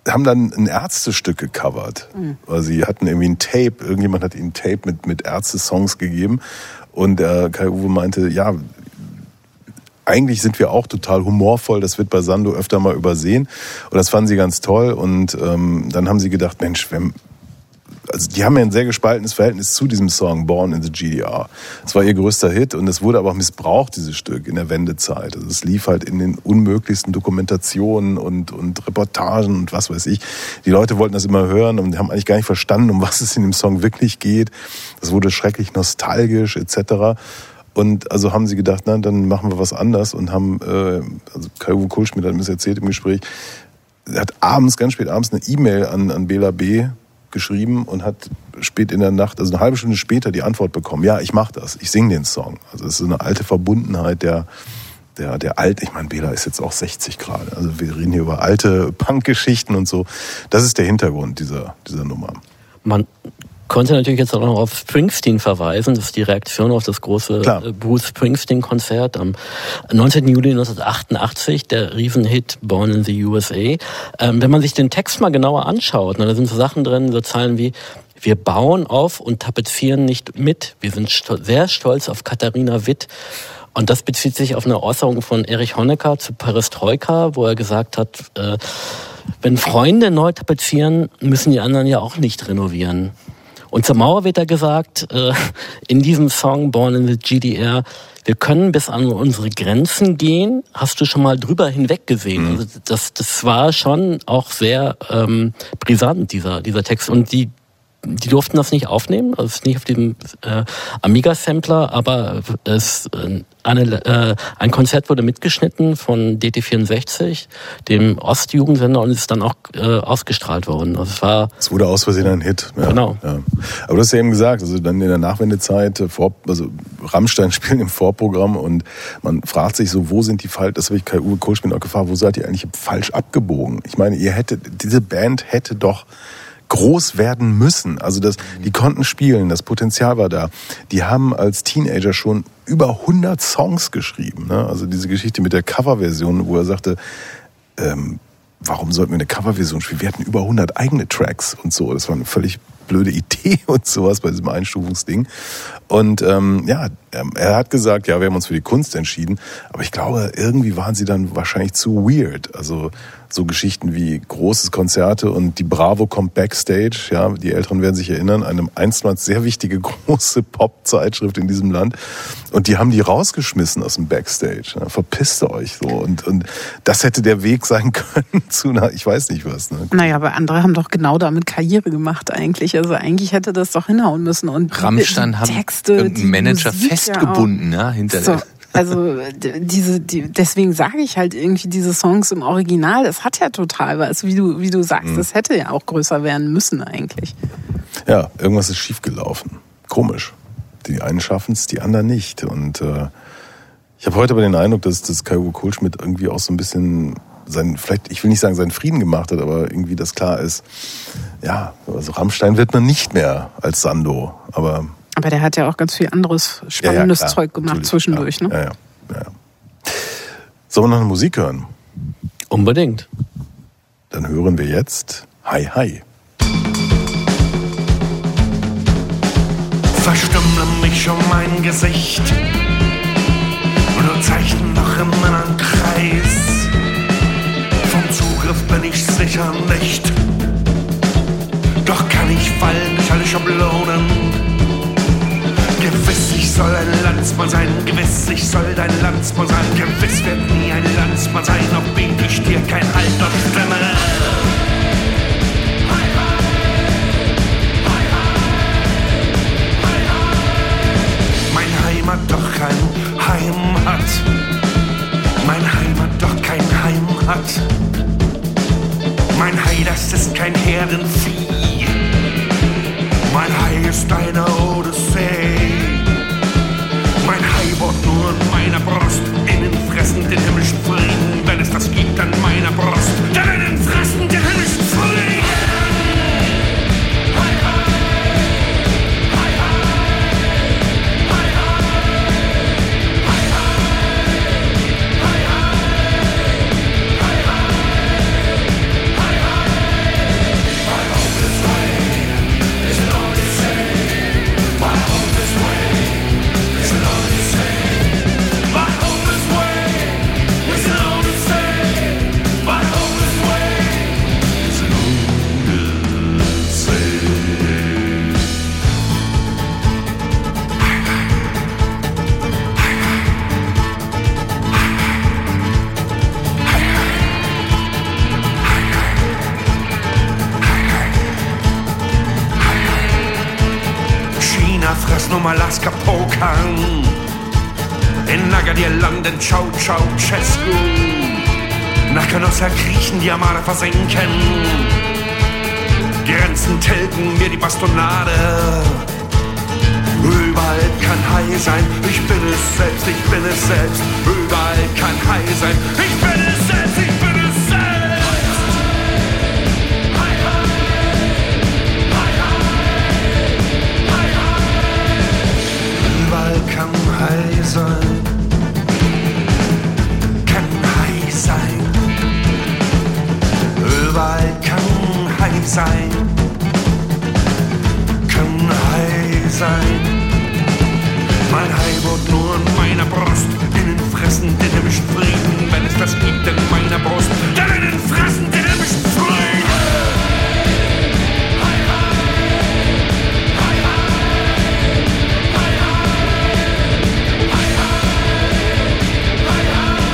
Speaker 2: haben dann ein Ärzte-Stück gecovert. Also sie hatten irgendwie ein Tape, irgendjemand hat ihnen ein Tape mit Ärzte-Songs gegeben und Kai-Uwe meinte, ja, eigentlich sind wir auch total humorvoll, das wird bei Sandu öfter mal übersehen und das fanden sie ganz toll und dann haben sie gedacht, Mensch, also die haben ja ein sehr gespaltenes Verhältnis zu diesem Song Born in the GDR. Es war ihr größter Hit und es wurde aber auch missbraucht, dieses Stück, in der Wendezeit. Also es lief halt in den unmöglichsten Dokumentationen und Reportagen und was weiß ich. Die Leute wollten das immer hören und haben eigentlich gar nicht verstanden, um was es in dem Song wirklich geht. Das wurde schrecklich nostalgisch etc. Und also haben sie gedacht, na, dann machen wir was anders und haben, also Kai-Uwe Kohlschmidt hat mir das erzählt im Gespräch, er hat ganz spät abends eine E-Mail an Bela B. geschrieben und hat spät in der Nacht, also eine halbe Stunde später, die Antwort bekommen, ja, ich mache das, ich singe den Song. Also es ist so eine alte Verbundenheit der alte, ich meine, Bela ist jetzt auch 60 gerade, also wir reden hier über alte Punk-Geschichten und so. Das ist der Hintergrund dieser Nummer.
Speaker 3: Man konnte natürlich jetzt auch noch auf Springsteen verweisen. Das ist die Reaktion auf das große Bruce Springsteen-Konzert am 19. Juli 1988, der Riesenhit Born in the USA. Wenn man sich den Text mal genauer anschaut, da sind so Sachen drin, so Zeilen wie: Wir bauen auf und tapezieren nicht mit. Wir sind sehr stolz auf Katharina Witt. Und das bezieht sich auf eine Äußerung von Erich Honecker zu Perestroika, wo er gesagt hat, wenn Freunde neu tapezieren, müssen die anderen ja auch nicht renovieren. Und zur Mauer wird da gesagt, in diesem Song Born in the GDR, wir können bis an unsere Grenzen gehen. Hast du schon mal drüber hinweg gesehen? Also das war schon auch sehr brisant, dieser Text. Und die durften das nicht aufnehmen, also es ist nicht auf dem Amiga-Sampler, aber ein Konzert wurde mitgeschnitten von DT64, dem Ostjugendsender, und ist dann auch ausgestrahlt worden. Also es wurde aus Versehen ein Hit.
Speaker 2: Ja, genau. Ja. Aber du hast ja eben gesagt, also dann in der Nachwendezeit, also Rammstein spielen im Vorprogramm und man fragt sich so, wo sind die falsch, das habe ich Kai-Uwe Kohlschmidt auch gefragt, wo seid ihr eigentlich falsch abgebogen? Ich meine, diese Band hätte doch groß werden müssen. Also die konnten spielen, das Potenzial war da. Die haben als Teenager schon über 100 Songs geschrieben. Ne? Also diese Geschichte mit der Coverversion, wo er sagte, warum sollten wir eine Coverversion spielen? Wir hatten über 100 eigene Tracks und so. Das war eine völlig blöde Idee und sowas bei diesem Einstufungsding. Und er hat gesagt, ja, wir haben uns für die Kunst entschieden. Aber ich glaube, irgendwie waren sie dann wahrscheinlich zu weird. Also so Geschichten wie großes Konzerte und die Bravo kommt Backstage, ja, die Älteren werden sich erinnern, eine einstmals sehr wichtige große Pop-Zeitschrift in diesem Land. Und die haben die rausgeschmissen aus dem Backstage. Ja, verpisst euch so. Und das hätte der Weg sein können zu ich weiß nicht was. Ne?
Speaker 5: Naja, aber andere haben doch genau damit Karriere gemacht eigentlich. Also eigentlich hätte das doch hinhauen müssen. Und
Speaker 4: Rammstein haben irgendeinen Manager festgebunden, ja, hinter der...
Speaker 5: Also deswegen sage ich halt irgendwie, diese Songs im Original, das hat ja total was, wie du sagst, das hätte ja auch größer werden müssen eigentlich.
Speaker 2: Ja, irgendwas ist schiefgelaufen. Komisch. Die einen schaffen es, die anderen nicht. Und ich habe heute aber den Eindruck, dass das Kai-Uwe Kohlschmidt irgendwie auch so ein bisschen vielleicht, ich will nicht sagen, seinen Frieden gemacht hat, aber irgendwie das klar ist, ja, also Rammstein wird man nicht mehr als Sando, aber
Speaker 5: der hat ja auch ganz viel anderes spannendes Zeug gemacht zwischendurch, ne?
Speaker 2: Ja. Sollen wir noch eine Musik hören?
Speaker 3: Unbedingt.
Speaker 2: Dann hören wir jetzt Hi Hi.
Speaker 8: Verstümmle mich um mein Gesicht und du zeichnen noch immer einen Kreis. Vom Zugriff bin ich sicher nicht, doch kann ich fallen durch alle Schablonen. Gewiss, ich soll ein Landsmann sein, gewiss, ich soll dein Landsmann sein. Gewiss wird nie ein Landsmann sein, noch biete ich dir kein Halt oder Stimme. Mein Heimat doch kein Heim hat. Mein Heimat doch kein Heim hat. Mein Hai, das ist kein Herdenvieh. Mein Hai ist eine Odyssee. Mein Hai wohnt nur in meiner Brust. Innen fressen den himmlischen Frieden. Wenn es das gibt an meiner Brust, dann innen fressen den himmlischen Frieden.
Speaker 9: vom Alaska pokern. In Agadir-Landen Ceausescu. Nach Canossa kriechen, die Armada versenken. Grenzen tilgen mir die Bastonade. Überall kann Hai sein, ich bin es selbst, ich bin es selbst. Überall kann Hai sein, ich bin es selbst, ich bin es selbst. Hai, hai. Hai, hai. Hai, hai. Überall kann Hai sein. Kann Hai sein. Überall kann Hai sein. Kann Hai sein. Mein Hai wohnt nur in meiner Brust. Innen fressen den himmlischen Frieden, wenn es das gibt in meiner Brust. Denn innen fressen den himmlischen Frieden. Hai, hai. Hai, hai. Hai, hai. Hai, hai. Hai,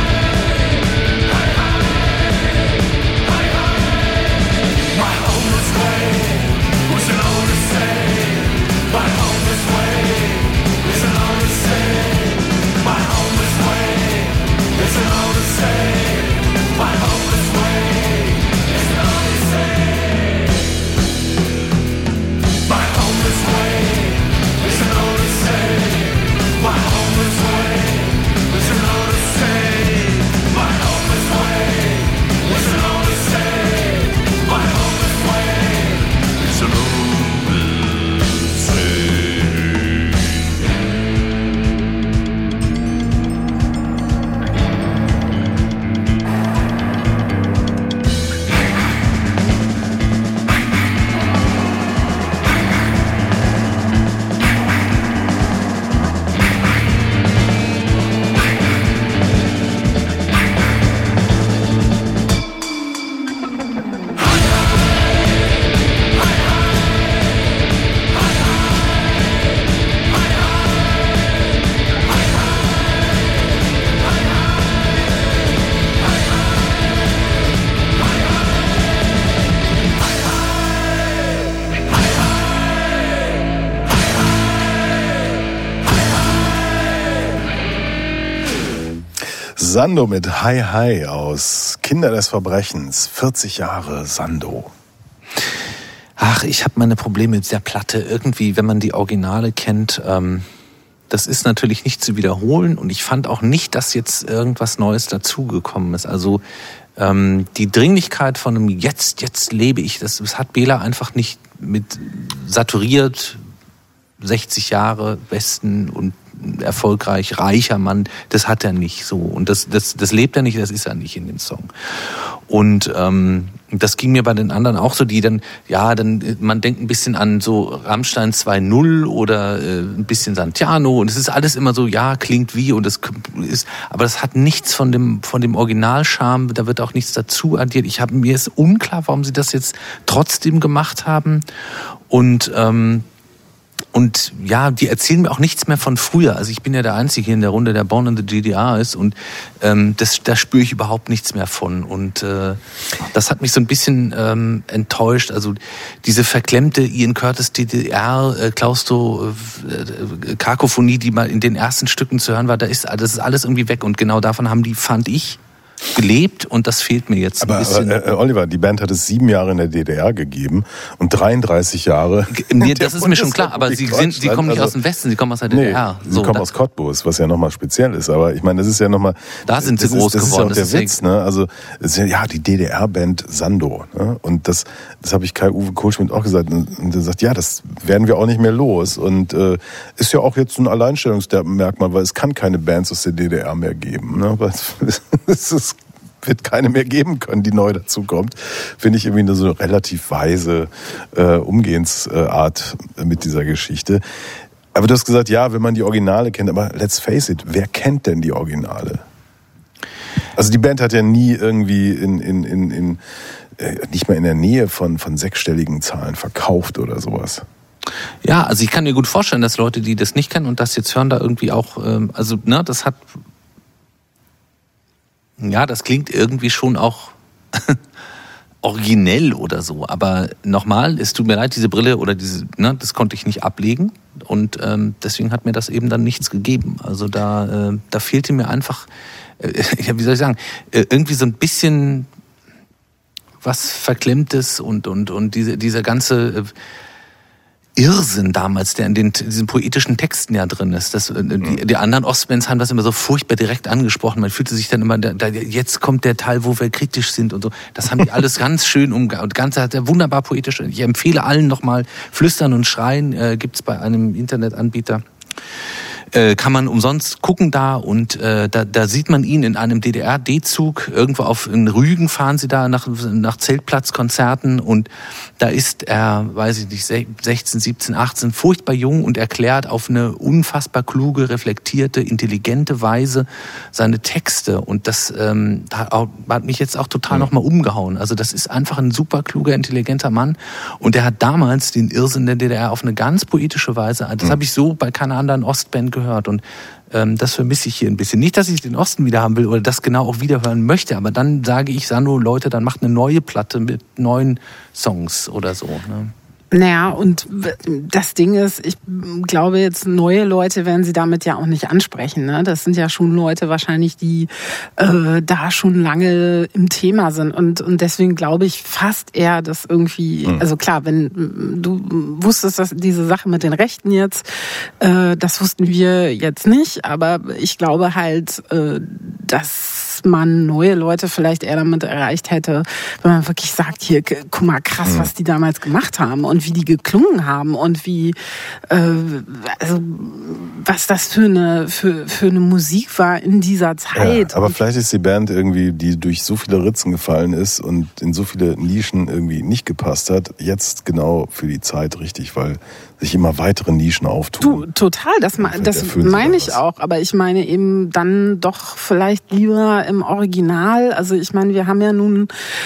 Speaker 9: hai. Hai, hai. My home is way, who's an old to say? My home is way. It's an old to say. My home is way. It's an old to say. My home is way. It's an old to say. My home is way. It's an old to say. My home is way. It's an old to say. My home is way. It's an old to say. My home is way. It's an old to say.
Speaker 2: Sando mit Hai Hai aus Kinder des Verbrechens. 40 Jahre Sando.
Speaker 4: Ach, ich habe meine Probleme mit der Platte. Irgendwie, wenn man die Originale kennt, das ist natürlich nicht zu wiederholen. Und ich fand auch nicht, dass jetzt irgendwas Neues dazugekommen ist. Also die Dringlichkeit von einem Jetzt lebe ich, das hat Bela einfach nicht mit saturiert. 60 Jahre Westen und erfolgreich, reicher Mann, das hat er nicht so. Und das lebt er nicht, das ist er nicht in dem Song. Und das ging mir bei den anderen auch so, die dann, man denkt ein bisschen an so Rammstein 2.0 oder ein bisschen Santiano und es ist alles immer so, ja, klingt wie und das ist, aber das hat nichts von dem Originalcharme, da wird auch nichts dazu addiert. Mir ist unklar, warum sie das jetzt trotzdem gemacht haben und ja, die erzählen mir auch nichts mehr von früher. Also ich bin ja der Einzige hier in der Runde, der born in the GDR ist und da spüre ich überhaupt nichts mehr von. Und das hat mich so ein bisschen enttäuscht. Also diese verklemmte Ian Curtis DDR Kakophonie, die mal in den ersten Stücken zu hören war, das ist alles irgendwie weg. Und genau davon haben die, fand ich, gelebt und das fehlt mir jetzt ein bisschen.
Speaker 2: Aber Oliver, die Band hat es 7 Jahre in der DDR gegeben und 33 Jahre.
Speaker 4: Das ist mir schon klar, aber sie kommen nicht aus dem Westen, sie kommen aus der DDR.
Speaker 2: Nee, sie kommen aus Cottbus, was ja nochmal speziell ist. Aber ich meine, das ist ja nochmal.
Speaker 4: Da sind sie groß geworden.
Speaker 2: Das ist ja auch der Witz, ne? Also es ist ja die DDR-Band Sando. Ne? Und das habe ich Kai-Uwe Kohlschmidt auch gesagt. Und er sagt, ja, das werden wir auch nicht mehr los. Und ist ja auch jetzt so ein Alleinstellungsmerkmal, weil es kann keine Bands aus der DDR mehr geben. Ne? Es wird keine mehr geben können, die neu dazukommt. Finde ich irgendwie eine so relativ weise Umgehensart mit dieser Geschichte. Aber du hast gesagt, ja, wenn man die Originale kennt, aber let's face it, wer kennt denn die Originale? Also die Band hat ja nie irgendwie nicht mal in der Nähe von 6-stelligen Zahlen verkauft oder sowas.
Speaker 4: Ja, also ich kann mir gut vorstellen, dass Leute, die das nicht kennen und das jetzt hören, da irgendwie auch, das hat. Ja, das klingt irgendwie schon auch originell oder so. Aber nochmal, es tut mir leid, diese Brille oder das konnte ich nicht ablegen. Und deswegen hat mir das eben dann nichts gegeben. Also da fehlte mir einfach, wie soll ich sagen, irgendwie so ein bisschen was Verklemmtes und dieser ganze Irrsinn damals, der in diesen poetischen Texten ja drin ist. Die anderen Ostbands haben das immer so furchtbar direkt angesprochen. Man fühlte sich dann immer, jetzt kommt der Teil, wo wir kritisch sind und so. Das haben die alles ganz schön und wunderbar poetisch. Ich empfehle allen nochmal, Flüstern und Schreien gibt's bei einem Internetanbieter. Kann man umsonst gucken da und da sieht man ihn in einem DDR-D-Zug, irgendwo in Rügen fahren sie da nach Zeltplatzkonzerten und da ist er, weiß ich nicht, 16, 17, 18, furchtbar jung und erklärt auf eine unfassbar kluge, reflektierte, intelligente Weise seine Texte und das hat mich jetzt auch total nochmal umgehauen. Also das ist einfach ein super kluger, intelligenter Mann und der hat damals den Irrsinn der DDR auf eine ganz poetische Weise, das habe ich so bei keiner anderen Ostband gehört und das vermisse ich hier ein bisschen. Nicht, dass ich den Osten wieder haben will oder das genau auch wiederhören möchte, aber dann sage ich, Sandro, Leute, dann macht eine neue Platte mit neuen Songs oder so. Ne?
Speaker 5: Naja, und das Ding ist, ich glaube jetzt, neue Leute werden sie damit ja auch nicht ansprechen. Ne? Das sind ja schon Leute wahrscheinlich, die da schon lange im Thema sind. Und deswegen glaube ich fast eher, dass irgendwie, also klar, wenn du wusstest, dass diese Sache mit den Rechten jetzt, das wussten wir jetzt nicht, aber ich glaube halt, dass man neue Leute vielleicht eher damit erreicht hätte, wenn man wirklich sagt, hier, guck mal, krass, was die damals gemacht haben und wie die geklungen haben und wie, also was das für eine Musik war in dieser Zeit.
Speaker 2: Ja, aber vielleicht ist die Band irgendwie, die durch so viele Ritzen gefallen ist und in so viele Nischen irgendwie nicht gepasst hat, jetzt genau für die Zeit richtig, weil sich immer weitere Nischen auftun.
Speaker 5: Du, total, das meine ich auch, aber ich meine eben dann doch vielleicht lieber im Original, also ich meine, wir haben ja nun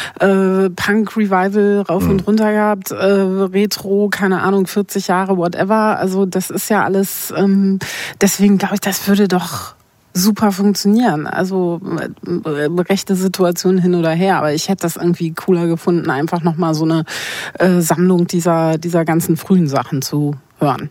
Speaker 5: Punk-Revival rauf und runter gehabt, Retro, keine Ahnung, 40 Jahre, whatever, also das ist ja alles, deswegen glaube ich, das würde doch super funktionieren. Also rechte Situation hin oder her, aber ich hätte das irgendwie cooler gefunden, einfach nochmal so eine Sammlung dieser ganzen frühen Sachen zu hören.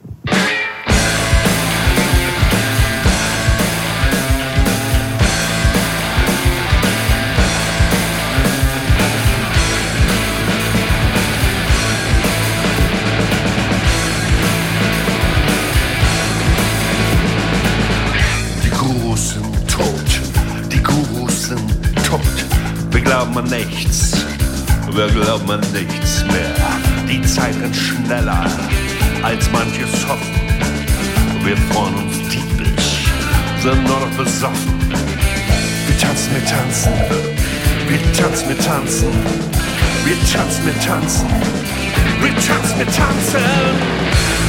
Speaker 9: Glauben an nichts, wir glauben an nichts mehr. Die Zeit rennt schneller, als manches hoffen. Wir freuen uns diebisch, sind nur noch besoffen. Wir tanzen, wir tanzen, wir tanzen, wir tanzen, wir tanzen, wir tanzen, wir tanzen, wir tanzen.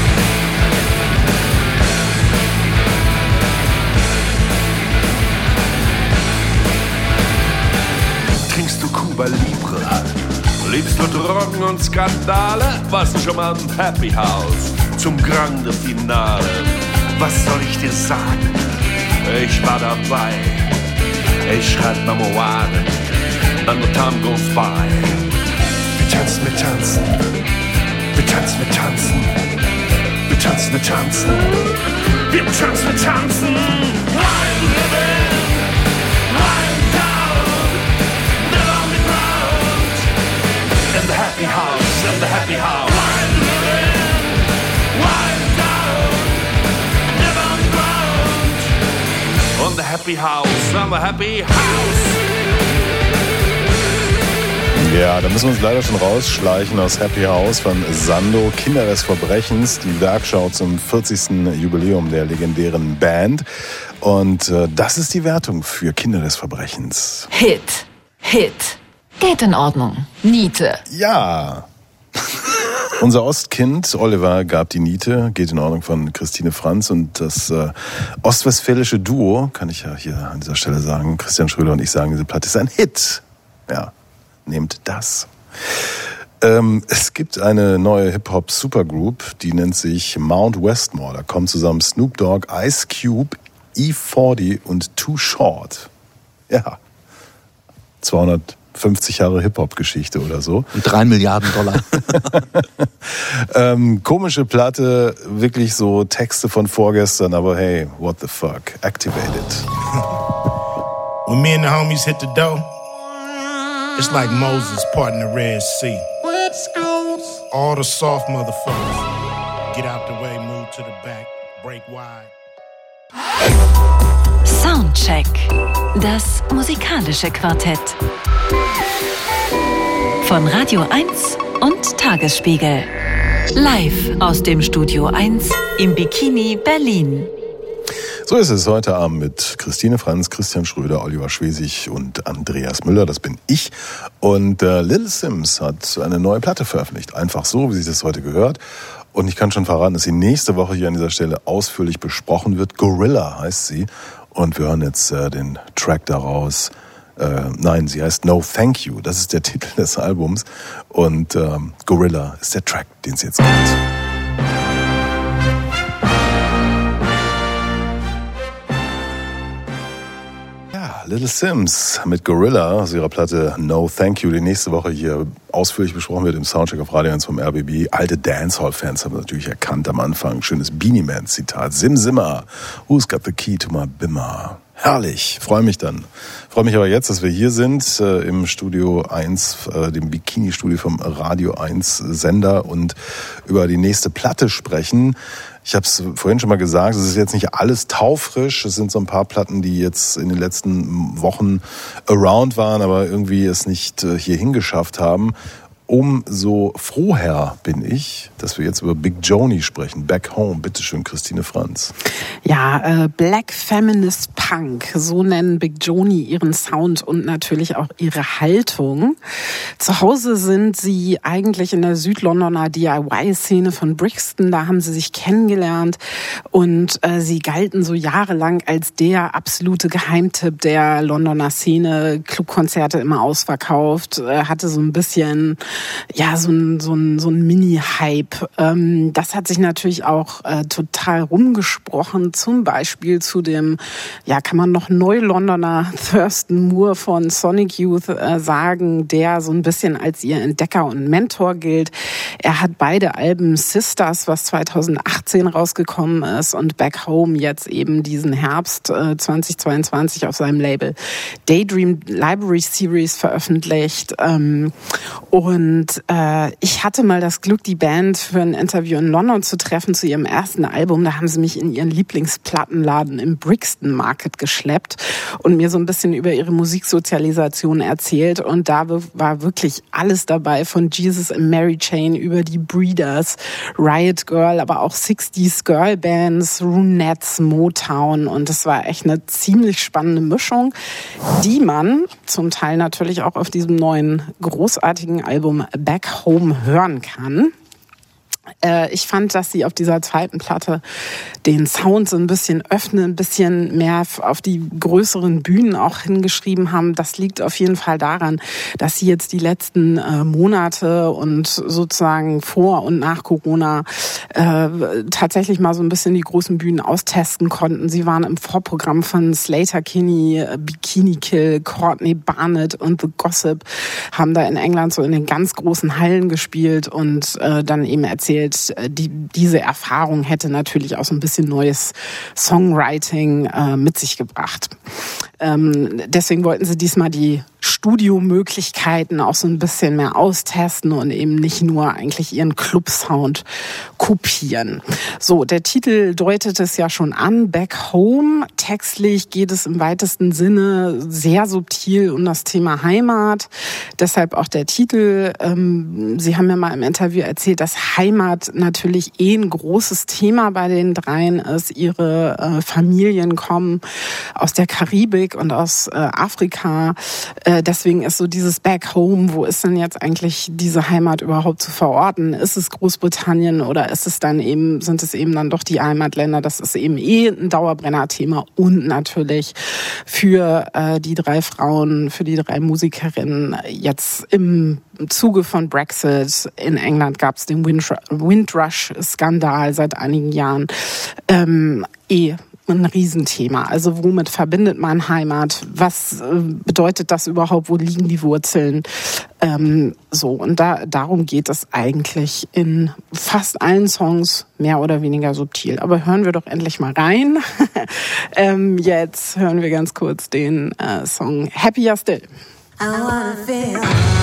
Speaker 9: Trinkst du Cuba Libre? Liebst du Drogen und Skandale? Warst du schon mal im Happy House zum Grande Finale? Was soll ich dir sagen? Ich war dabei. Ich schreib Memoiren, dann the time goes by. Wir tanzen, wir tanzen, wir tanzen, wir tanzen, wir tanzen, wir tanzen, wir tanzen, wir tanzen. I'm living. The happy house, and the happy house. Wild living, wild down, never on the ground. On the happy house, on the happy house.
Speaker 2: Ja, da müssen wir uns leider schon rausschleichen aus Happy House von Sando, Kinder des Verbrechens, die Werkschau zum 40. Jubiläum der legendären Band. Und das ist die Wertung für Kinder des Verbrechens.
Speaker 1: Hit. Geht in Ordnung. Niete.
Speaker 2: Ja. Unser Ostkind Oliver gab die Niete, geht in Ordnung von Christine Franz und das ostwestfälische Duo, kann ich ja hier an dieser Stelle sagen, Christian Schröder und ich sagen, diese Platte ist ein Hit. Ja, nehmt das. Es gibt eine neue Hip-Hop-Supergroup, die nennt sich Mount Westmore. Da kommen zusammen Snoop Dogg, Ice Cube, E40 und Too Short. Ja, 200 50 Jahre Hip-Hop-Geschichte oder so.
Speaker 4: Und 3 Milliarden $.
Speaker 2: Komische Platte, wirklich so Texte von vorgestern, aber hey, what the fuck, activated.
Speaker 10: When me and the homies hit the dough, it's like Moses parting the Red Sea. All the soft motherfuckers, get out the way, move to the back, break wide.
Speaker 1: Soundcheck. Das musikalische Quartett. Von Radio 1 und Tagesspiegel. Live aus dem Studio 1 im Bikini Berlin.
Speaker 2: So ist es heute Abend mit Christine Franz, Christian Schröder, Oliver Schwesig und Andreas Müller. Das bin ich. Und Little Simz hat eine neue Platte veröffentlicht. Einfach so, wie sich das heute gehört. Und ich kann schon verraten, dass sie nächste Woche hier an dieser Stelle ausführlich besprochen wird. Gorilla heißt sie. Und wir hören jetzt den Track daraus. Nein, sie heißt No Thank You. Das ist der Titel des Albums. Und Gorilla ist der Track, den es jetzt gibt. Little Simz mit Gorilla aus ihrer Platte No Thank You, die nächste Woche hier ausführlich besprochen wird im Soundcheck auf Radio 1 vom RBB. Alte Dancehall-Fans haben natürlich erkannt am Anfang. Schönes Beanie Man-Zitat. Sim Simmer, who's got the key to my bimmer? Herrlich, freue mich aber jetzt, dass wir hier sind im Studio 1, dem Bikini-Studio vom Radio 1 Sender und über die nächste Platte sprechen. Ich habe es vorhin schon mal gesagt, es ist jetzt nicht alles taufrisch. Es sind so ein paar Platten, die jetzt in den letzten Wochen around waren, aber irgendwie es nicht hierhin geschafft haben. Umso froher bin ich, dass wir jetzt über Big Joni sprechen. Back Home, bitteschön, Christine Franz.
Speaker 5: Ja, Black Feminist Punk, so nennen Big Joni ihren Sound und natürlich auch ihre Haltung. Zu Hause sind sie eigentlich in der Südlondoner DIY-Szene von Brixton, da haben sie sich kennengelernt und sie galten so jahrelang als der absolute Geheimtipp der Londoner Szene, Clubkonzerte immer ausverkauft, hatte so ein bisschen so ein Mini-Hype. Das hat sich natürlich auch total rumgesprochen, zum Beispiel zu dem, kann man noch Neu-Londoner Thurston Moore von Sonic Youth sagen, der so ein bisschen als ihr Entdecker und Mentor gilt. Er hat beide Alben Sisters, was 2018 rausgekommen ist, und Back Home jetzt eben diesen Herbst 2022 auf seinem Label Daydream Library Series veröffentlicht. Und ich hatte mal das Glück, die Band für ein Interview in London zu treffen zu ihrem ersten Album. Da haben sie mich in ihren Lieblingsplattenladen im Brixton Market geschleppt und mir so ein bisschen über ihre Musiksozialisation erzählt. Und da war wirklich alles dabei, von Jesus and Mary Chain über die Breeders, Riot Girl, aber auch 60s Girlbands, Ronettes, Motown. Und es war echt eine ziemlich spannende Mischung, die man zum Teil natürlich auch auf diesem neuen großartigen Album Back Home hören kann. Ich fand, dass sie auf dieser zweiten Platte den Sound so ein bisschen öffnen, ein bisschen mehr auf die größeren Bühnen auch hingeschrieben haben. Das liegt auf jeden Fall daran, dass sie jetzt die letzten Monate und sozusagen vor und nach Corona tatsächlich mal so ein bisschen die großen Bühnen austesten konnten. Sie waren im Vorprogramm von Sleater-Kinney, Bikini Kill, Courtney Barnett und The Gossip, haben da in England so in den ganz großen Hallen gespielt und dann eben erzählt, diese Erfahrung hätte natürlich auch so ein bisschen neues Songwriting mit sich gebracht. Deswegen wollten sie diesmal die Studiomöglichkeiten auch so ein bisschen mehr austesten und eben nicht nur eigentlich ihren Club-Sound kopieren. So, der Titel deutet es ja schon an, Back Home. Textlich geht es im weitesten Sinne sehr subtil um das Thema Heimat. Deshalb auch der Titel. Sie haben ja mal im Interview erzählt, dass Heimat natürlich ein großes Thema bei den dreien ist. Ihre Familien kommen aus der Karibik und aus Afrika. Deswegen ist so dieses Back Home, wo ist denn jetzt eigentlich diese Heimat überhaupt zu verorten? Ist es Großbritannien oder ist es dann eben, sind es eben dann doch die Heimatländer? Das ist eben ein Dauerbrenner-Thema und natürlich für die drei Frauen, für die drei Musikerinnen jetzt im Zuge von Brexit. In England gab es den Windrush-Skandal seit einigen Jahren. ein Riesenthema. Also womit verbindet man Heimat? Was bedeutet das überhaupt? Wo liegen die Wurzeln? Und darum geht es eigentlich in fast allen Songs mehr oder weniger subtil. Aber hören wir doch endlich mal rein. Jetzt hören wir ganz kurz den Song Happier Still.
Speaker 11: I wanna feel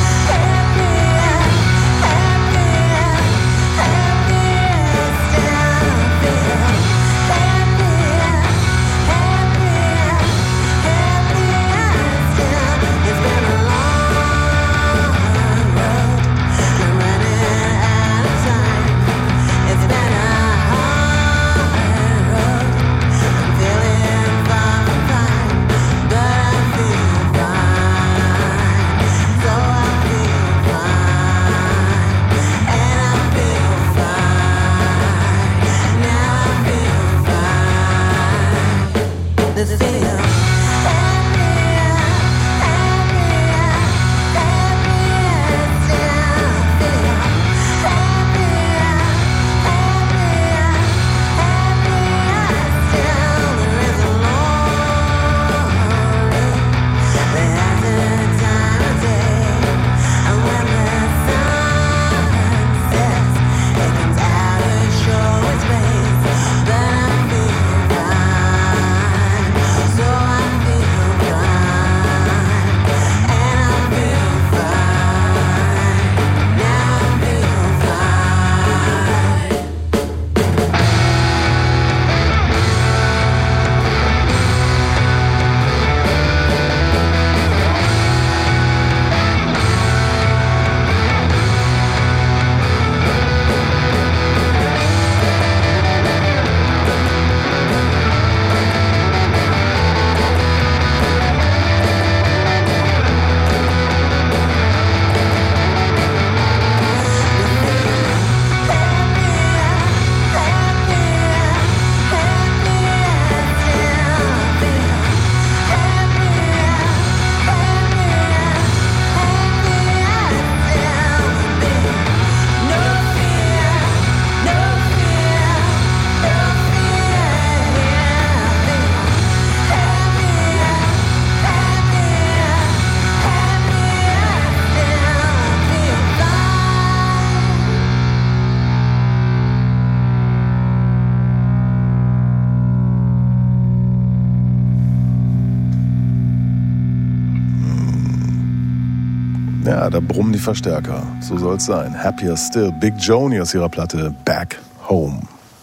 Speaker 2: Ja, da brummen die Verstärker. So soll es sein. Happier Still. Big Joni aus ihrer Platte Back Home.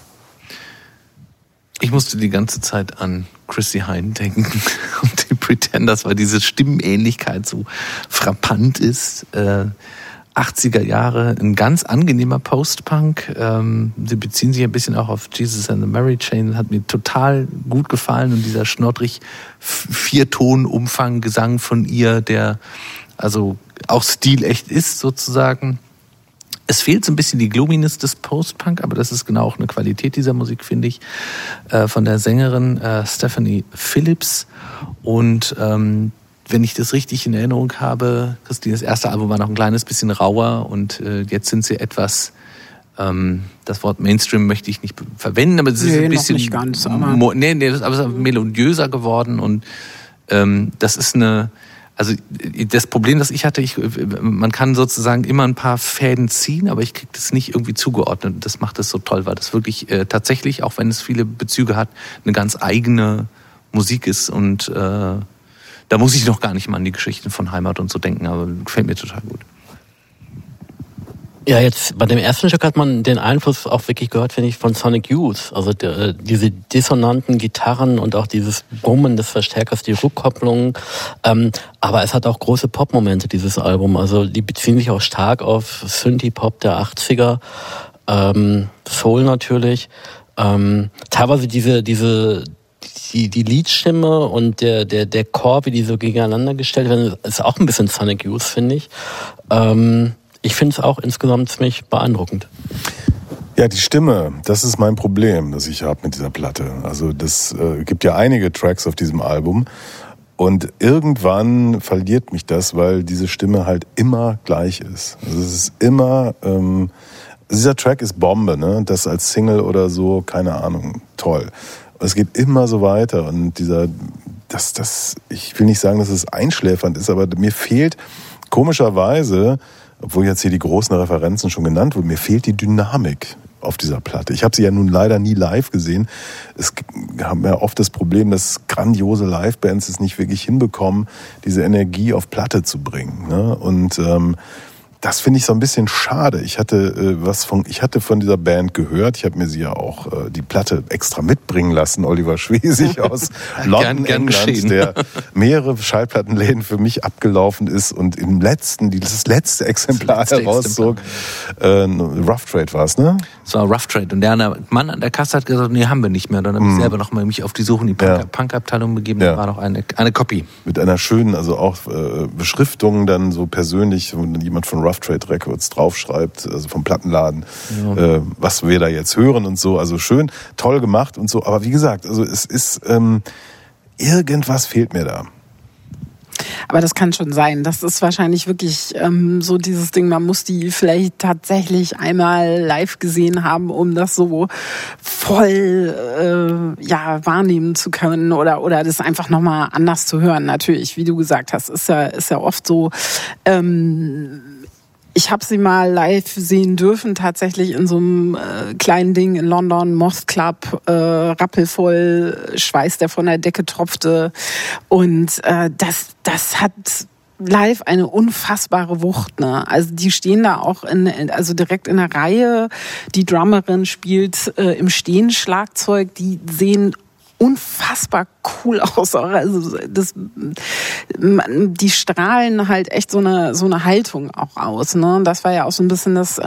Speaker 4: Ich musste die ganze Zeit an Chrissie Hynde denken und die Pretenders, weil diese Stimmenähnlichkeit so frappant ist. 80er Jahre, ein ganz angenehmer Post-Punk. Sie beziehen sich ein bisschen auch auf Jesus and the Mary Chain. Hat mir total gut gefallen. Und dieser schnoddrig 4-Ton-Umfang Gesang von ihr, der also auch stilecht ist sozusagen. Es fehlt so ein bisschen die Gloominess des Post-Punk, aber das ist genau auch eine Qualität dieser Musik, finde ich, von der Sängerin Stephanie Phillips. Und wenn ich das richtig in Erinnerung habe, Christines erste Album war noch ein kleines bisschen rauer und jetzt sind sie etwas, das Wort Mainstream möchte ich nicht verwenden, aber es ist ein bisschen
Speaker 5: nicht ganz, aber
Speaker 4: das ist melodiöser geworden und das ist also das Problem, das ich hatte, man kann sozusagen immer ein paar Fäden ziehen, aber ich kriege das nicht irgendwie zugeordnet. Und das macht es so toll, weil das wirklich tatsächlich, auch wenn es viele Bezüge hat, eine ganz eigene Musik ist. Und da muss ich noch gar nicht mal an die Geschichten von Heimat und so denken, aber gefällt mir total gut.
Speaker 3: Ja, jetzt bei dem ersten Stück hat man den Einfluss auch wirklich gehört, finde ich, von Sonic Youth. Also diese dissonanten Gitarren und auch dieses Brummen des Verstärkers, die Rückkopplung. Aber es hat auch große Pop-Momente, dieses Album. Also die beziehen sich auch stark auf Synthie-Pop der 80er, Soul natürlich. Teilweise die Liedstimme und der Chor, wie die so gegeneinander gestellt werden, ist auch ein bisschen Sonic Youth, finde ich. Ich finde es auch insgesamt ziemlich beeindruckend.
Speaker 2: Ja, die Stimme, das ist mein Problem, das ich habe mit dieser Platte. Also das gibt ja einige Tracks auf diesem Album und irgendwann verliert mich das, weil diese Stimme halt immer gleich ist. Also es ist immer, dieser Track ist Bombe, ne? Das als Single oder so, keine Ahnung, toll. Und es geht immer so weiter. Und ich will nicht sagen, dass es einschläfernd ist, aber mir fehlt komischerweise, obwohl jetzt hier die großen Referenzen schon genannt wurden, mir fehlt die Dynamik auf dieser Platte. Ich habe sie ja nun leider nie live gesehen. Es haben ja oft das Problem, dass grandiose Livebands es nicht wirklich hinbekommen, diese Energie auf Platte zu bringen. Ne? Und das finde ich so ein bisschen schade. Ich hatte von dieser Band gehört. Ich habe mir sie ja auch die Platte extra mitbringen lassen. Oliver Schwesig aus London, England, der mehrere Schallplattenläden für mich abgelaufen ist und das letzte Exemplar herauszog. Rough Trade war es, ne?
Speaker 4: Es war Rough Trade. Und der Mann an der Kasse hat gesagt, nee, haben wir nicht mehr. Dann habe ich selber noch mal mich auf die Suche in die Punk-Abteilung begeben. Da war noch eine Kopie.
Speaker 2: Mit einer schönen, also auch Beschriftung dann so persönlich, wo jemand von Rough Trade Records draufschreibt, also vom Plattenladen, was wir da jetzt hören und so. Also schön, toll gemacht und so. Aber wie gesagt, also es ist, irgendwas fehlt mir da.
Speaker 5: Aber das kann schon sein. Das ist wahrscheinlich wirklich so dieses Ding, man muss die vielleicht tatsächlich einmal live gesehen haben, um das so voll wahrnehmen zu können oder das einfach nochmal anders zu hören. Natürlich, wie du gesagt hast, ist ja oft so. Ich habe sie mal live sehen dürfen, tatsächlich in so einem kleinen Ding in London, Moth Club, rappelvoll, Schweiß, der von der Decke tropfte. Und das hat live eine unfassbare Wucht, ne? Also die stehen da auch also direkt in der Reihe. Die Drummerin spielt im Stehen Schlagzeug, die sehen unfassbar cool aus. Also die strahlen halt echt so eine Haltung auch aus. Ne? Das war ja auch so ein bisschen das.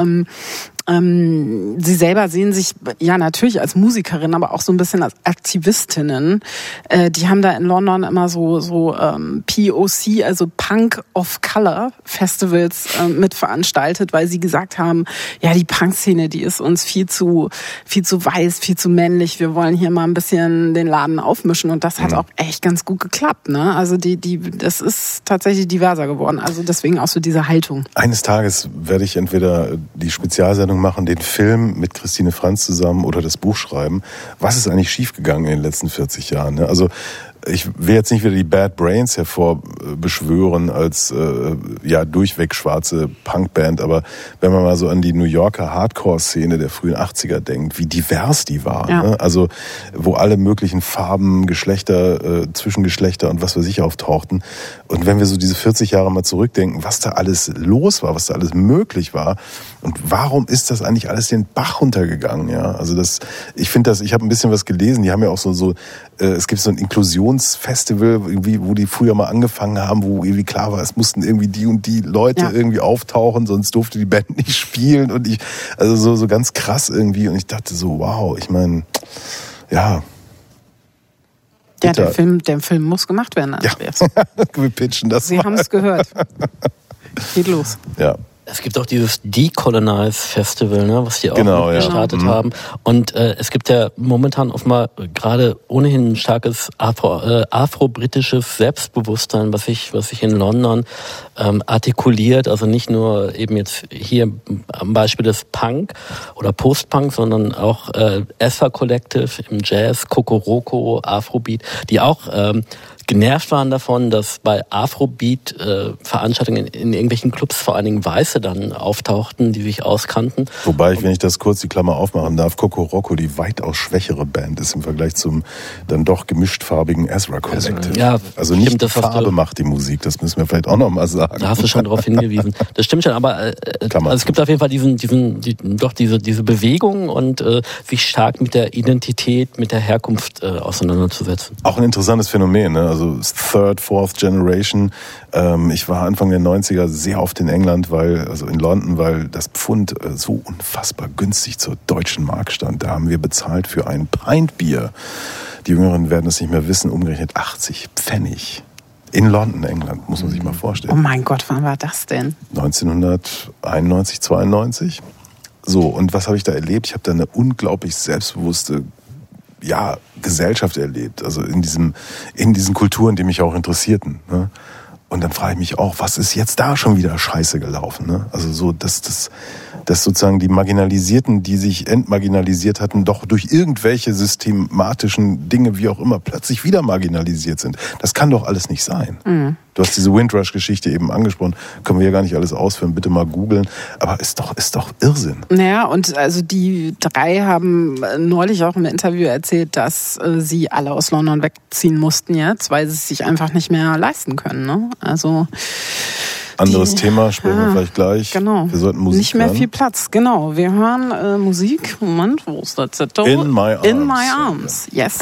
Speaker 5: Sie selber sehen sich ja natürlich als Musikerin, aber auch so ein bisschen als Aktivistinnen. Die haben da in London immer so POC, also Punk of Color Festivals mitveranstaltet, weil sie gesagt haben, ja, die Punk-Szene, die ist uns viel zu weiß, viel zu männlich. Wir wollen hier mal ein bisschen den Laden aufmischen und das hat auch echt ganz gut geklappt. Ne? Also das ist tatsächlich diverser geworden. Also deswegen auch so diese Haltung.
Speaker 2: Eines Tages werde ich entweder die Spezialsendung machen, den Film mit Christine Franz zusammen oder das Buch schreiben. Was ist eigentlich schiefgegangen in den letzten 40 Jahren? Ne? Also ich will jetzt nicht wieder die Bad Brains hervorbeschwören als durchweg schwarze Punkband, aber wenn man mal so an die New Yorker Hardcore-Szene der frühen 80er denkt, wie divers die war. Ja. Ne? Also wo alle möglichen Farben, Geschlechter, Zwischengeschlechter und was weiß ich auftauchten. Und wenn wir so diese 40 Jahre mal zurückdenken, was da alles los war, was da alles möglich war und warum ist das eigentlich alles den Bach runtergegangen? Ja? Also ich habe ein bisschen was gelesen, die haben ja auch es gibt so ein Inklusionsfestival, irgendwie, wo die früher mal angefangen haben, wo irgendwie klar war, es mussten irgendwie die und die Leute irgendwie auftauchen, sonst durfte die Band nicht spielen und also so ganz krass irgendwie und ich dachte so, wow, ich meine, ja.
Speaker 5: Ja, der Film muss gemacht werden.
Speaker 2: Ja, wir pitchen das.
Speaker 5: Sie haben es gehört. Geht los.
Speaker 2: Ja.
Speaker 3: Es gibt auch dieses Decolonize Festival, ne, was die auch gestartet haben. Und es gibt ja momentan offenbar gerade ohnehin ein starkes afro-britisches Selbstbewusstsein, was sich in London artikuliert. Also nicht nur eben jetzt hier am Beispiel des Punk oder Post-Punk, sondern auch Esser Collective im Jazz, Kokoroko, Afrobeat, die auch genervt waren davon, dass bei Afrobeat-Veranstaltungen in irgendwelchen Clubs vor allen Dingen Weiße dann auftauchten, die sich auskannten.
Speaker 2: Wobei, wenn ich das kurz die Klammer aufmachen darf, Kokoroko die weitaus schwächere Band ist im Vergleich zum dann doch gemischtfarbigen Ezra Collective.
Speaker 3: Ja,
Speaker 2: also nicht die Farbe macht die Musik, das müssen wir vielleicht auch noch mal sagen.
Speaker 3: Da hast du schon darauf hingewiesen. Das stimmt schon, aber also es gibt auf jeden Fall diese Bewegung und sich stark mit der Identität, mit der Herkunft auseinanderzusetzen.
Speaker 2: Auch ein interessantes Phänomen, ne? Also Third, Fourth Generation. Ich war Anfang der 90er sehr oft in England, in London, weil das Pfund so unfassbar günstig zur deutschen Mark stand. Da haben wir bezahlt für ein Pintbier. Die Jüngeren werden es nicht mehr wissen, umgerechnet 80 Pfennig. In London, England, muss man sich mal vorstellen.
Speaker 5: Oh mein Gott, wann war das denn?
Speaker 2: 1991, 92. So, und was habe ich da erlebt? Ich habe da eine unglaublich selbstbewusste Gesellschaft erlebt, also in diesen Kulturen, die mich auch interessierten. Ne? Und dann frage ich mich auch, was ist jetzt da schon wieder scheiße gelaufen? Ne? Also so, dass sozusagen die Marginalisierten, die sich entmarginalisiert hatten, doch durch irgendwelche systematischen Dinge, wie auch immer, plötzlich wieder marginalisiert sind. Das kann doch alles nicht sein. Mhm. Du hast diese Windrush-Geschichte eben angesprochen. Können wir ja gar nicht alles ausführen. Bitte mal googeln. Aber ist doch Irrsinn.
Speaker 5: Naja, und also die 3 haben neulich auch im Interview erzählt, dass sie alle aus London wegziehen mussten jetzt, weil sie es sich einfach nicht mehr leisten können. Ne? Also
Speaker 2: anderes Thema, sprechen wir vielleicht gleich.
Speaker 5: Genau.
Speaker 2: Wir sollten Musik
Speaker 5: nicht mehr
Speaker 2: hören.
Speaker 5: Viel Platz, genau. Wir hören Musik. Moment, wo ist das?
Speaker 2: In My Arms.
Speaker 5: In My Arms, yes.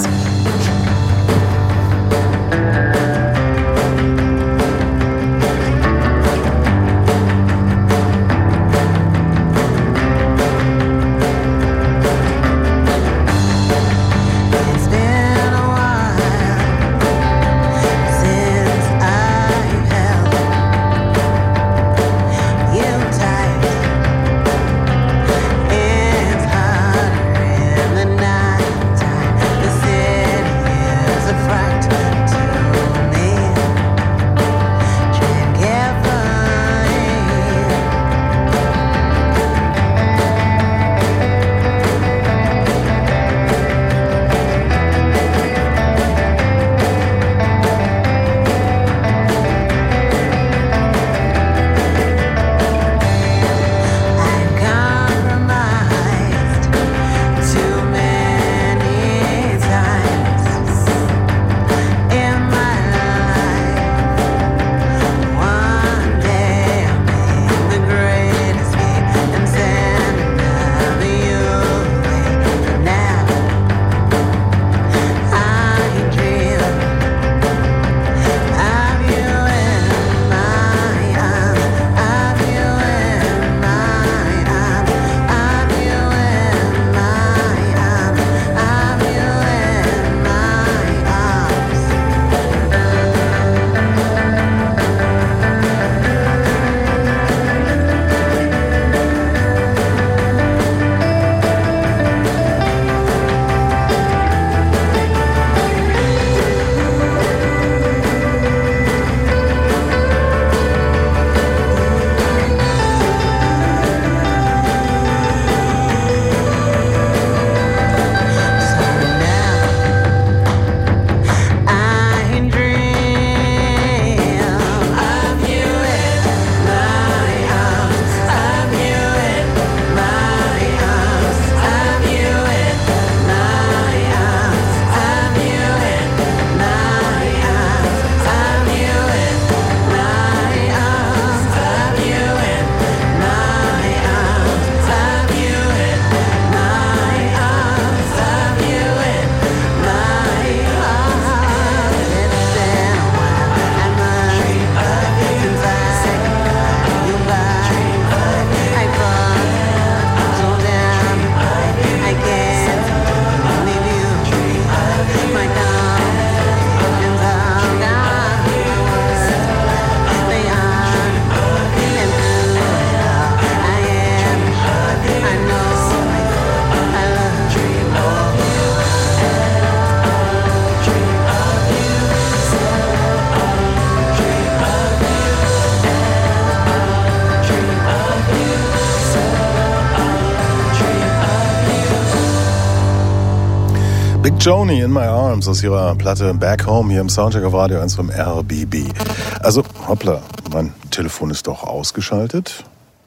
Speaker 2: Joni in My Arms aus ihrer Platte Back Home hier im Soundcheck auf Radio 1 vom RBB. Also, hoppla, mein Telefon ist doch ausgeschaltet.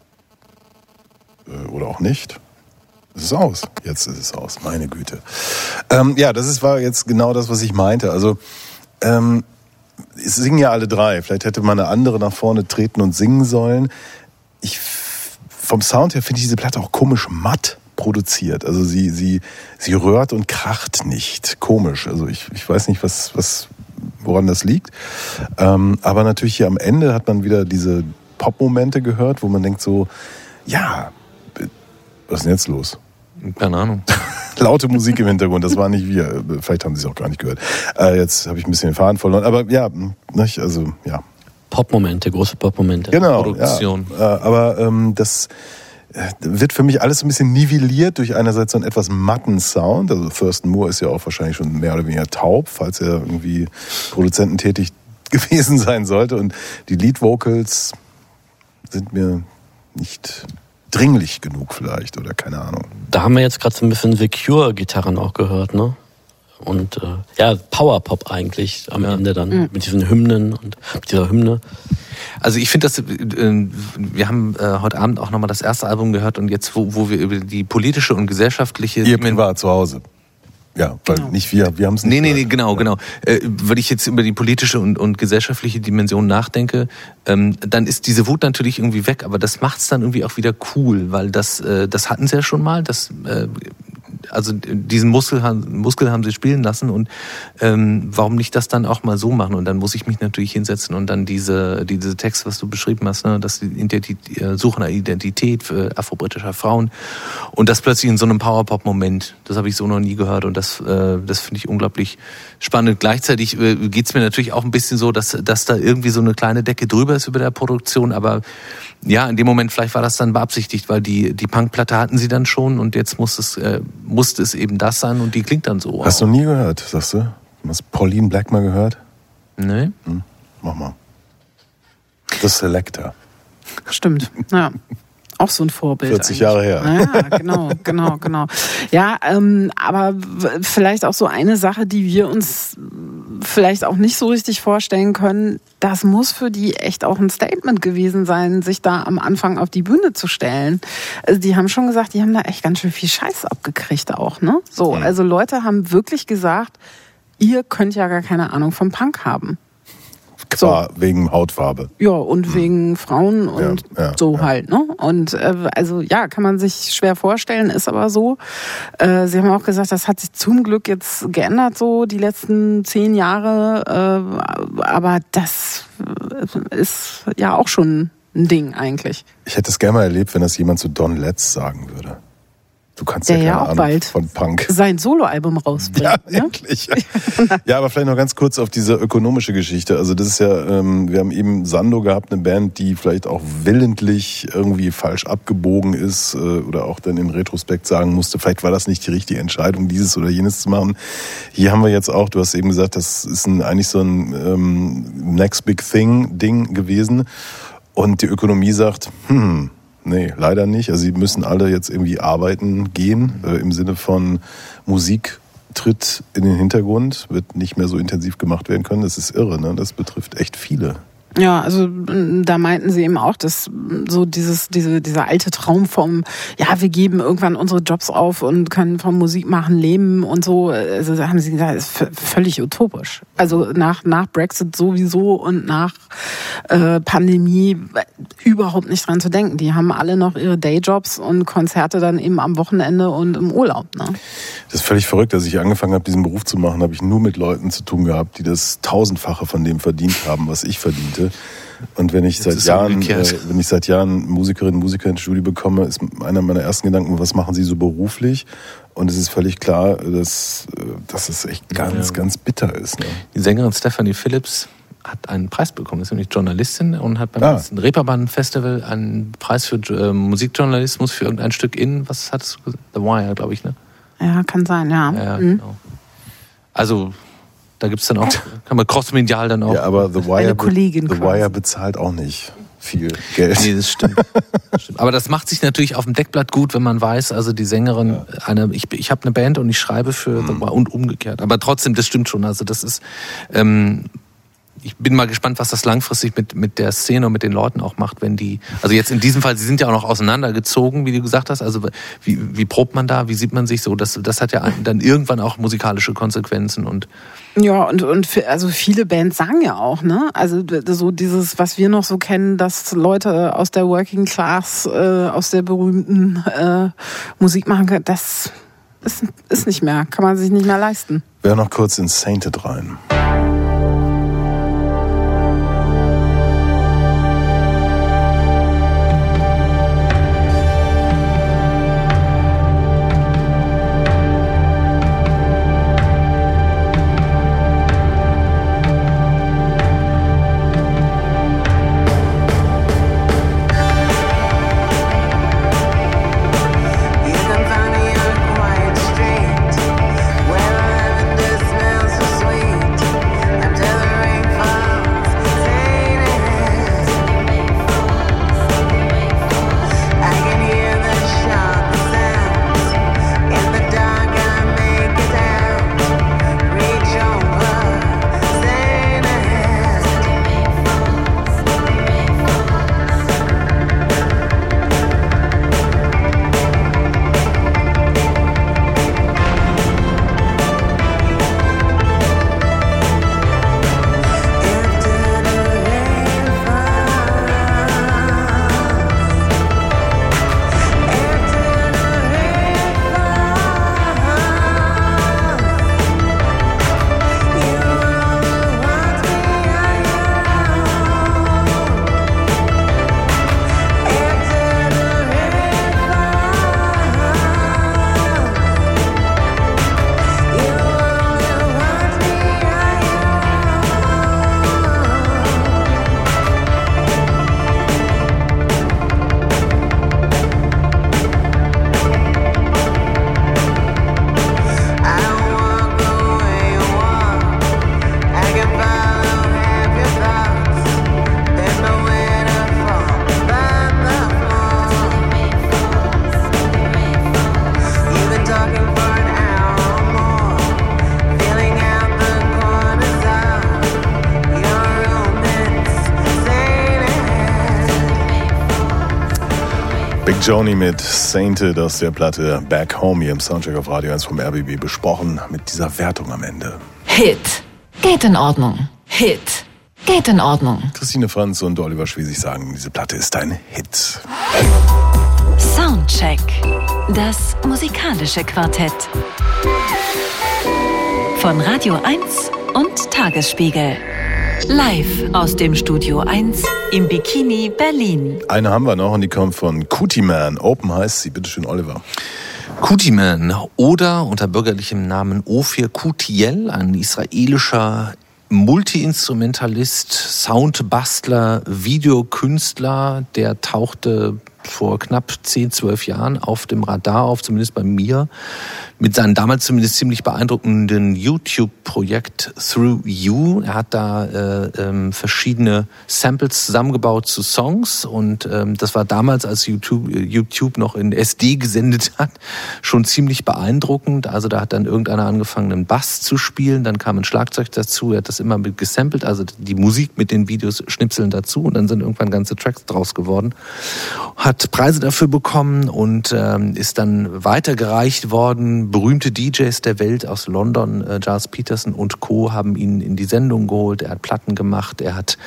Speaker 2: Oder auch nicht. Es ist aus. Jetzt ist es aus. Meine Güte. Ja, war jetzt genau das, was ich meinte. Also, es singen ja alle 3. Vielleicht hätte man eine andere nach vorne treten und singen sollen. Vom Sound her finde ich diese Platte auch komisch matt produziert. Also sie rührt und kracht nicht. Komisch. Also ich weiß nicht, woran das liegt. Aber natürlich hier am Ende hat man wieder diese Pop-Momente gehört, wo man denkt so, ja, was ist denn jetzt los?
Speaker 4: Keine Ahnung.
Speaker 2: Laute Musik im Hintergrund, das war nicht wir. Vielleicht haben sie es auch gar nicht gehört. Jetzt habe ich ein bisschen den Faden verloren. Aber ja, also ja.
Speaker 3: Pop-Momente, große Pop-Momente.
Speaker 2: Genau,
Speaker 4: Produktion.
Speaker 2: Ja. Aber das wird für mich alles so ein bisschen nivelliert durch einerseits so einen etwas matten Sound. Also Thurston Moore ist ja auch wahrscheinlich schon mehr oder weniger taub, falls er irgendwie Produzententätigkeit gewesen sein sollte. Und die Lead-Vocals sind mir nicht dringlich genug vielleicht oder keine Ahnung.
Speaker 3: Da haben wir jetzt gerade so ein bisschen The Cure-Gitarren auch gehört, ne? Und Powerpop eigentlich am Ende dann mit diesen Hymnen und mit dieser Hymne.
Speaker 4: Also ich finde, wir haben heute Abend auch nochmal das erste Album gehört und jetzt, wo wir über die politische und gesellschaftliche...
Speaker 2: Ihr privat zu Hause. Ja, weil nicht wir haben es nicht.
Speaker 4: Nee, genau. Wenn ich jetzt über die politische und gesellschaftliche Dimension nachdenke, dann ist diese Wut natürlich irgendwie weg, aber das macht's dann irgendwie auch wieder cool, weil das hatten sie ja schon mal, also diesen Muskel haben sie spielen lassen und warum nicht das dann auch mal so machen? Und dann muss ich mich natürlich hinsetzen und dann diese Texte, was du beschrieben hast, ne, dass die Suche nach Identität für afrobritischer Frauen und das plötzlich in so einem Powerpop-Moment, das habe ich so noch nie gehört und das finde ich unglaublich spannend. Gleichzeitig geht's mir natürlich auch ein bisschen so, dass da irgendwie so eine kleine Decke drüber ist über der Produktion, aber ja, in dem Moment vielleicht war das dann beabsichtigt, weil die Punkplatte hatten sie dann schon und jetzt musste es eben das sein und die klingt dann so.
Speaker 2: Hast du nie gehört, sagst du? Hast du Pauline Black mal gehört?
Speaker 4: Nee.
Speaker 2: Mach mal. The Selector.
Speaker 5: Stimmt, ja. Auch so ein Vorbild.
Speaker 2: 40 Jahre her.
Speaker 5: Ja, genau. Ja, aber vielleicht auch so eine Sache, die wir uns vielleicht auch nicht so richtig vorstellen können, das muss für die echt auch ein Statement gewesen sein, sich da am Anfang auf die Bühne zu stellen. Also die haben schon gesagt, die haben da echt ganz schön viel Scheiß abgekriegt auch, ne? So, also Leute haben wirklich gesagt, ihr könnt ja gar keine Ahnung vom Punk haben.
Speaker 2: So. Wegen Hautfarbe.
Speaker 5: Ja, und wegen Frauen und halt, ne? Und also ja, kann man sich schwer vorstellen, ist aber so. Sie haben auch gesagt, das hat sich zum Glück jetzt geändert, so die letzten 10 Jahre. Aber das ist ja auch schon ein Ding eigentlich.
Speaker 2: Ich hätte es gerne mal erlebt, wenn das jemand zu Don Letts sagen würde. Du kannst
Speaker 5: der
Speaker 2: ja
Speaker 5: auch
Speaker 2: keine
Speaker 5: bald
Speaker 2: Ahnung von Punk.
Speaker 5: Sein Soloalbum rausbringt.
Speaker 2: Ja,
Speaker 5: ne?
Speaker 2: endlich. Ja, aber vielleicht noch ganz kurz auf diese ökonomische Geschichte. Also das ist ja, wir haben eben Sando gehabt, eine Band, die vielleicht auch willentlich irgendwie falsch abgebogen ist oder auch dann in Retrospekt sagen musste, vielleicht war das nicht die richtige Entscheidung, dieses oder jenes zu machen. Hier haben wir jetzt auch, du hast eben gesagt, das ist eigentlich so ein Next Big Thing Ding gewesen. Und die Ökonomie sagt, nee, leider nicht. Also sie müssen alle jetzt irgendwie arbeiten gehen, im Sinne von Musik tritt in den Hintergrund, wird nicht mehr so intensiv gemacht werden können. Das ist irre, ne? Das betrifft echt viele.
Speaker 5: Ja, also da meinten sie eben auch, dass so dieser alte Traum vom, ja, wir geben irgendwann unsere Jobs auf und können vom Musik machen leben und so, also da haben sie gesagt, ist völlig utopisch. Also nach Brexit sowieso und nach Pandemie überhaupt nicht dran zu denken. Die haben alle noch ihre Dayjobs und Konzerte dann eben am Wochenende und im Urlaub, ne?
Speaker 2: Das ist völlig verrückt. Als ich angefangen habe, diesen Beruf zu machen, habe ich nur mit Leuten zu tun gehabt, die das 1000-fache von dem verdient haben, was ich verdiente. Und wenn ich seit Jahren Musikerinnen und Musiker ins Studio bekomme, ist einer meiner ersten Gedanken, was machen sie so beruflich? Und es ist völlig klar, dass es echt ganz bitter ist. Ne?
Speaker 4: Die Sängerin Stephanie Phillips hat einen Preis bekommen, ist nämlich Journalistin und hat beim Reeperbahn-Festival einen Preis für Musikjournalismus für irgendein Stück was hattest du gesagt? The Wire, glaube ich, ne?
Speaker 5: Ja, kann sein, ja.
Speaker 4: Ja, genau. Also da gibt es dann auch, kann man crossmedial dann auch.
Speaker 2: Ja, aber The
Speaker 5: Wire
Speaker 2: Wire bezahlt auch nicht viel Geld.
Speaker 4: Nee, das stimmt. Aber das macht sich natürlich auf dem Deckblatt gut, wenn man weiß, also die Sängerin, ich habe eine Band und ich schreibe für The Wire und umgekehrt. Aber trotzdem, das stimmt schon. Also das ist, ich bin mal gespannt, was das langfristig mit der Szene und mit den Leuten auch macht, wenn die, also jetzt in diesem Fall, sie sind ja auch noch auseinandergezogen, wie du gesagt hast, also wie probt man da, wie sieht man sich so, das hat ja dann irgendwann auch musikalische Konsequenzen und
Speaker 5: ja, und also viele Bands sagen ja auch, ne, also so dieses, was wir noch so kennen, dass Leute aus der Working Class, aus der berühmten Musik machen können, das ist nicht mehr, kann man sich nicht mehr leisten.
Speaker 2: Wir hören noch kurz in Sainted rein.
Speaker 11: Where lavender smells so sweet.
Speaker 2: Big Joni mit Sainted aus der Platte Back Home hier im Soundcheck auf Radio 1 vom RBB besprochen mit dieser Wertung am Ende.
Speaker 1: Hit. Geht in Ordnung. Hit. Geht in Ordnung.
Speaker 2: Christine Franz und Oliver Schwesig sagen, diese Platte ist ein Hit.
Speaker 1: Soundcheck. Das musikalische Quartett. Von Radio 1 und Tagesspiegel. Live aus dem Studio 1 im Bikini Berlin.
Speaker 2: Eine haben wir noch und die kommt von Kutiman. Open heißt sie. Bitteschön, Oliver.
Speaker 4: Kutiman oder unter bürgerlichem Namen Ophir Kutiel, ein israelischer Multi-Instrumentalist, Soundbastler, Videokünstler, der tauchte vor knapp 10, 12 Jahren auf dem Radar auf, zumindest bei mir, mit seinem damals zumindest ziemlich beeindruckenden YouTube-Projekt Through You. Er hat da verschiedene Samples zusammengebaut zu Songs und das war damals, als YouTube noch in SD gesendet hat, schon ziemlich beeindruckend. Also da hat dann irgendeiner angefangen, einen Bass zu spielen, dann kam ein Schlagzeug dazu, er hat das immer mit gesampelt, also die Musik mit den Videos schnipseln dazu und dann sind irgendwann ganze Tracks draus geworden. Hat Preise dafür bekommen und ist dann weitergereicht worden. Berühmte DJs der Welt aus London, Giles Peterson und Co. haben ihn in die Sendung geholt. Er hat Platten gemacht, er hat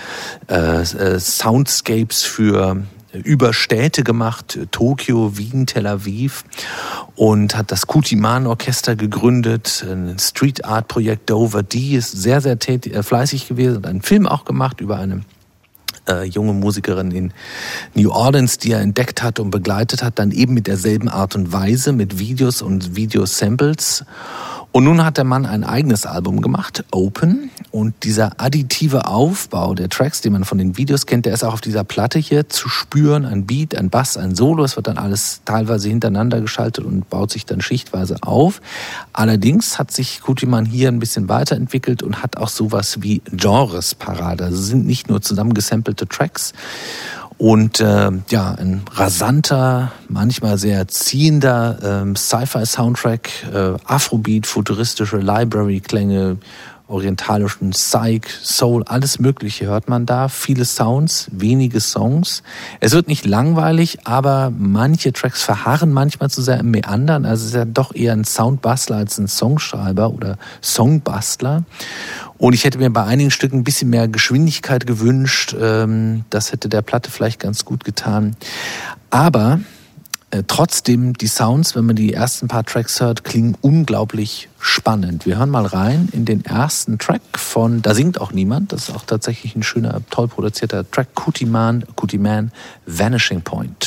Speaker 4: Soundscapes für über Städte gemacht, Tokio, Wien, Tel Aviv, und hat das Kutiman Orchester gegründet, ein Street Art Projekt Dover D, ist sehr, sehr fleißig gewesen, hat einen Film auch gemacht über eine junge Musikerin in New Orleans, die er entdeckt hat und begleitet hat, dann eben mit derselben Art und Weise, mit Videos und Videosamples. Und nun hat der Mann ein eigenes Album gemacht, Open. Und dieser additive Aufbau der Tracks, den man von den Videos kennt, der ist auch auf dieser Platte hier zu spüren. Ein Beat, ein Bass, ein Solo. Es wird dann alles teilweise hintereinander geschaltet und baut sich dann schichtweise auf. Allerdings hat sich Kutiman hier ein bisschen weiterentwickelt und hat auch sowas wie Genres-Parade. Also es sind nicht nur zusammengesampelte Tracks. Und ein rasanter, manchmal sehr ziehender Sci-Fi-Soundtrack, Afrobeat, futuristische Library-Klänge, orientalischen Psych, Soul, alles Mögliche hört man da. Viele Sounds, wenige Songs. Es wird nicht langweilig, aber manche Tracks verharren manchmal zu sehr im Meandern. Also es ist ja doch eher ein Soundbastler als ein Songschreiber oder Songbastler. Und ich hätte mir bei einigen Stücken ein bisschen mehr Geschwindigkeit gewünscht. Das hätte der Platte vielleicht ganz gut getan. Aber trotzdem, die Sounds, wenn man die ersten paar Tracks hört, klingen unglaublich spannend. Wir hören mal rein in den ersten Track von Da singt auch niemand. Das ist auch tatsächlich ein schöner, toll produzierter Track. Kutiman, Vanishing Point.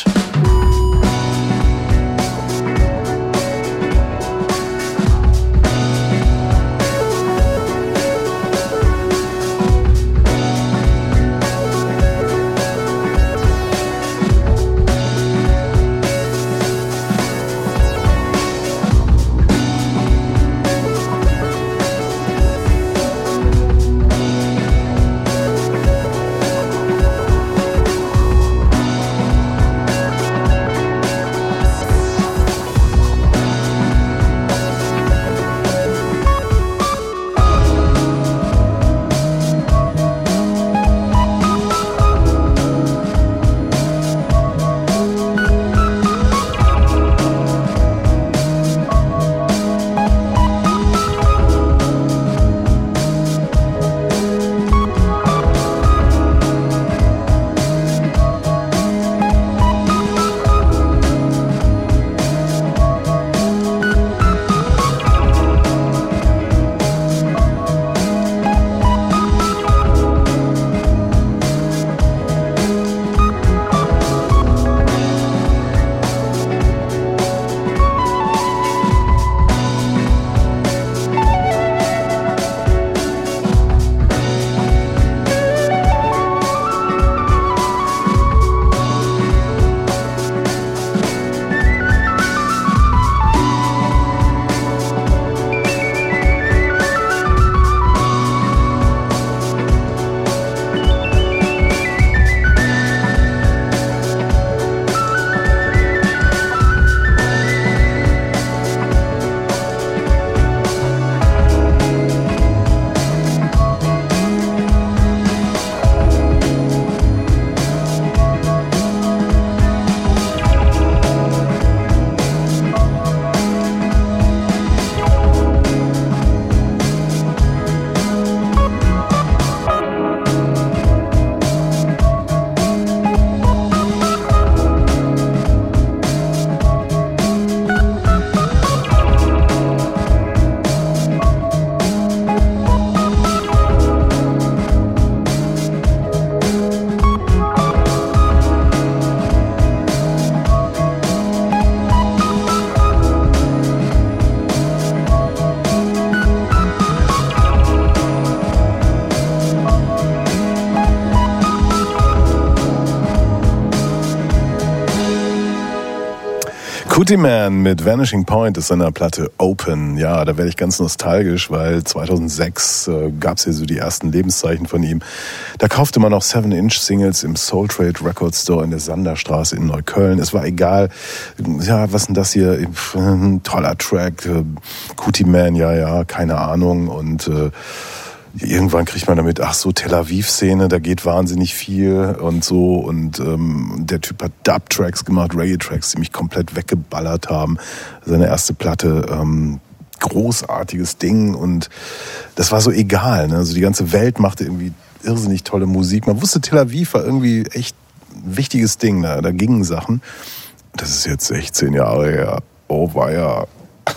Speaker 2: Cootie Man mit Vanishing Point ist seiner Platte Open. Ja, da werde ich ganz nostalgisch, weil 2006 gab es ja so die ersten Lebenszeichen von ihm. Da kaufte man noch 7-Inch-Singles im Soul Trade Record Store in der Sanderstraße in Neukölln. Es war egal, ja, was denn das hier? Toller Track, Cootie Man, ja, keine Ahnung. Und irgendwann kriegt man damit, ach so, Tel Aviv-Szene, da geht wahnsinnig viel und so. Und der Typ hat Dub-Tracks gemacht, Reggae-Tracks, die mich komplett weggeballert haben. Seine erste Platte, großartiges Ding. Und das war so egal, ne? Also die ganze Welt machte irgendwie irrsinnig tolle Musik. Man wusste, Tel Aviv war irgendwie echt ein wichtiges Ding, da gingen Sachen. Das ist jetzt 16 Jahre her. Oh weia.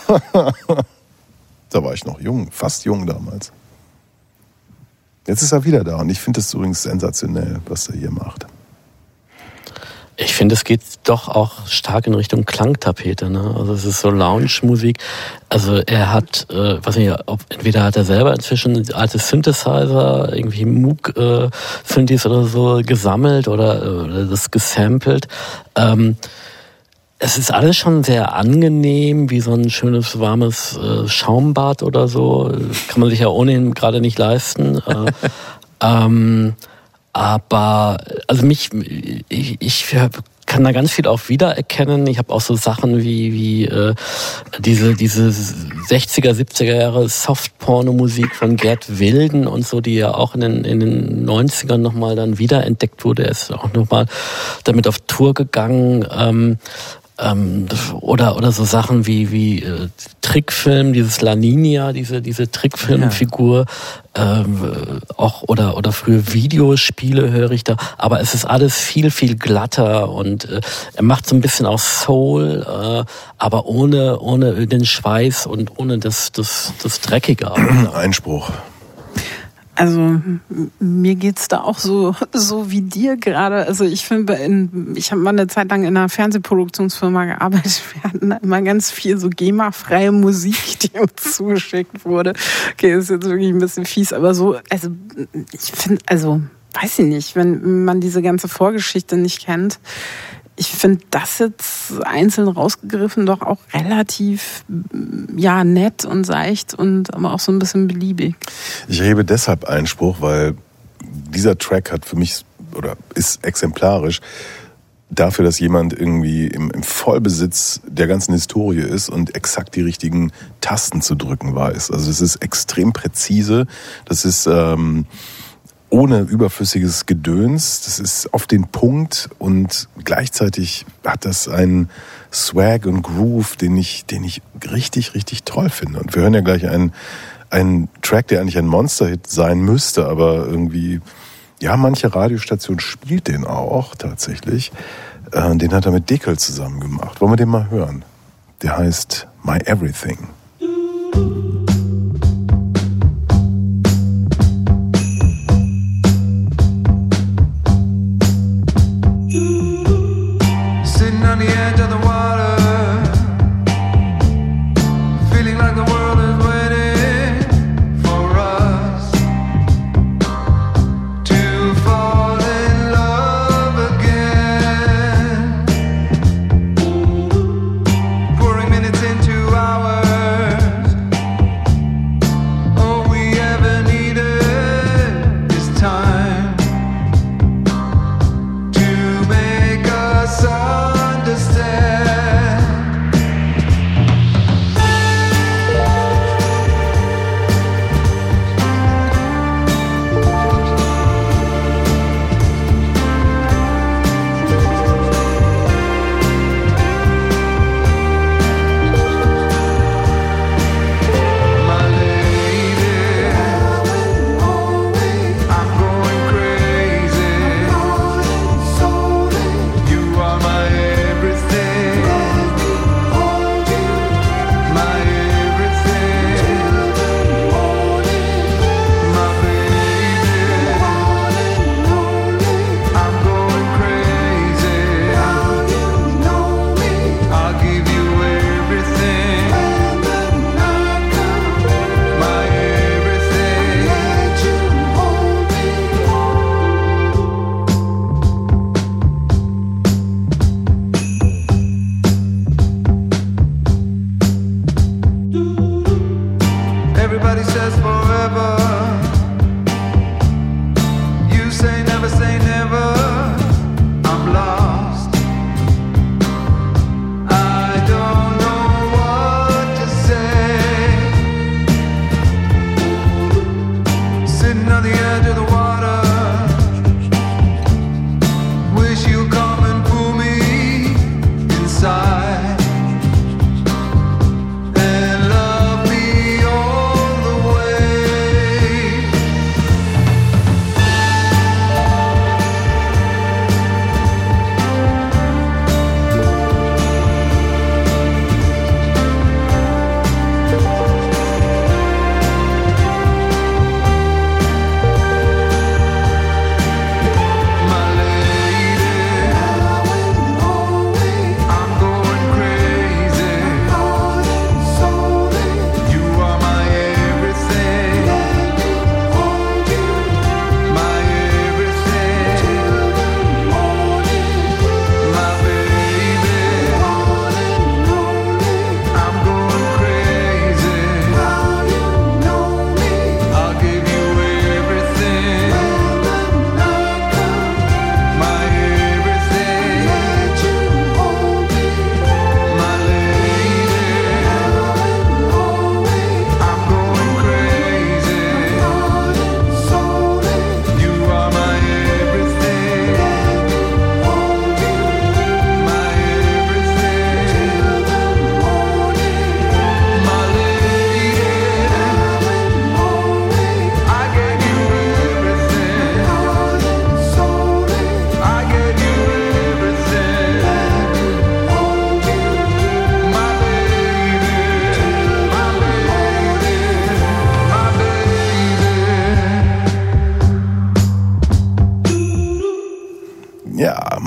Speaker 2: Da war ich noch jung, fast jung damals. Jetzt ist er wieder da und ich finde es übrigens sensationell, was er hier macht.
Speaker 3: Ich finde, es geht doch auch stark in Richtung Klangtapete, ne? Also es ist so Lounge-Musik. Also er hat, weiß nicht, entweder hat er selber inzwischen alte Synthesizer, irgendwie Moog-Synthes oder so gesammelt oder das gesampelt. Es ist alles schon sehr angenehm, wie so ein schönes, warmes Schaumbad oder so. Kann man sich ja ohnehin gerade nicht leisten. Aber also ich kann da ganz viel auch wiedererkennen. Ich habe auch so Sachen wie diese 60er, 70er Jahre Soft-Porno-Musik von Gerd Wilden und so, die ja auch in den 90ern nochmal dann wiederentdeckt wurde. Er ist auch nochmal damit auf Tour gegangen. Oder so Sachen wie Trickfilm, dieses La Nina, diese Trickfilmfigur, auch oder frühe Videospiele höre ich da, aber es ist alles viel, viel glatter und er macht so ein bisschen auch Soul, aber ohne den Schweiß und ohne das Dreckige.
Speaker 2: Einspruch.
Speaker 5: Also mir geht's da auch so wie dir gerade. Also ich finde, ich habe mal eine Zeit lang in einer Fernsehproduktionsfirma gearbeitet. Wir hatten da immer ganz viel so GEMA-freie Musik, die uns zugeschickt wurde. Okay, ist jetzt wirklich ein bisschen fies, aber so, also ich finde, weiß ich nicht, wenn man diese ganze Vorgeschichte nicht kennt. Ich finde das jetzt einzeln rausgegriffen doch auch relativ nett und seicht und aber auch so ein bisschen beliebig.
Speaker 2: Ich erhebe deshalb Einspruch, weil dieser Track hat für mich oder ist exemplarisch dafür, dass jemand irgendwie im Vollbesitz der ganzen Historie ist und exakt die richtigen Tasten zu drücken weiß. Also es ist extrem präzise, das ist ohne überflüssiges Gedöns, das ist auf den Punkt und gleichzeitig hat das einen Swag und Groove, den ich richtig, richtig toll finde. Und wir hören ja gleich einen Track, der eigentlich ein Monster-Hit sein müsste, aber irgendwie, ja, manche Radiostation spielt den auch tatsächlich. Den hat er mit Deckel zusammen gemacht. Wollen wir den mal hören? Der heißt My Everything.
Speaker 9: On the edge of the water, feeling like the world is waiting for us to fall in love again. Pouring minutes into hours,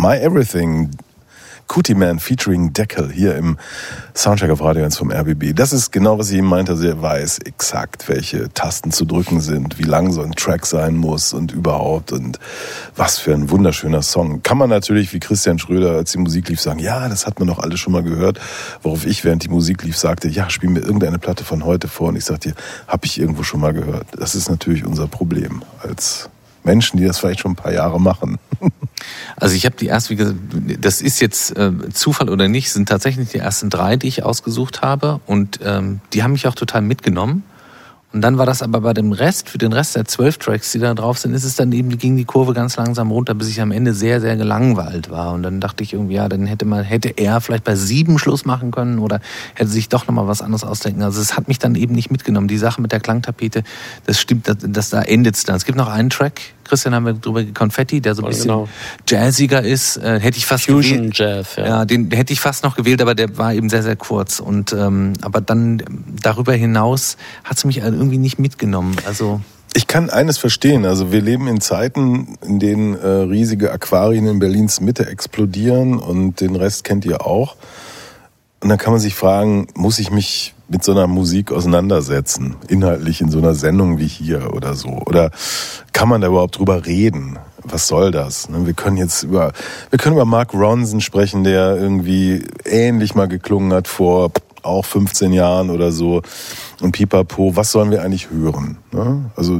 Speaker 2: My Everything, Cootie Man featuring Deckel hier im Soundcheck auf Radio 1 vom RBB. Das ist genau, was ich eben meinte. Also er weiß exakt, welche Tasten zu drücken sind, wie lang so ein Track sein muss und überhaupt und was für ein wunderschöner Song. Kann man natürlich, wie Christian Schröder, als die Musik lief, sagen, ja, das hat man doch alle schon mal gehört. Worauf ich, während die Musik lief, sagte, ja, spiel mir irgendeine Platte von heute vor. Und ich sagte, habe ich irgendwo schon mal gehört. Das ist natürlich unser Problem als Menschen, die das vielleicht schon ein paar Jahre machen.
Speaker 4: Also ich habe die erst, wie gesagt, das ist jetzt Zufall oder nicht, sind tatsächlich die ersten 3, die ich ausgesucht habe und die haben mich auch total mitgenommen. Und dann war das aber bei dem Rest, für den Rest der 12 Tracks, die da drauf sind, ist es dann eben, ging die Kurve ganz langsam runter, bis ich am Ende sehr, sehr gelangweilt war. Und dann dachte ich irgendwie, ja, dann hätte er vielleicht bei 7 Schluss machen können oder hätte sich doch nochmal was anderes ausdenken. Also es hat mich dann eben nicht mitgenommen. Die Sache mit der Klangtapete, das stimmt, da endet es dann. Es gibt noch einen Track, Christian, haben wir drüber, Konfetti, der so ein bisschen jazziger ist. Hätte ich fast
Speaker 3: Fusion
Speaker 4: gewählt.
Speaker 3: Jazz, ja.
Speaker 4: Ja, den hätte ich fast noch gewählt, aber der war eben sehr, sehr kurz. Und aber dann darüber hinaus hat es mich irgendwie nicht mitgenommen. Also
Speaker 2: ich kann eines verstehen. Also wir leben in Zeiten, in denen riesige Aquarien in Berlins Mitte explodieren und den Rest kennt ihr auch. Und dann kann man sich fragen, muss ich mich mit so einer Musik auseinandersetzen, inhaltlich in so einer Sendung wie hier oder so? Oder kann man da überhaupt drüber reden? Was soll das? Wir können über Mark Ronson sprechen, der irgendwie ähnlich mal geklungen hat vor auch 15 Jahren oder so. Und pipapo, was sollen wir eigentlich hören? Also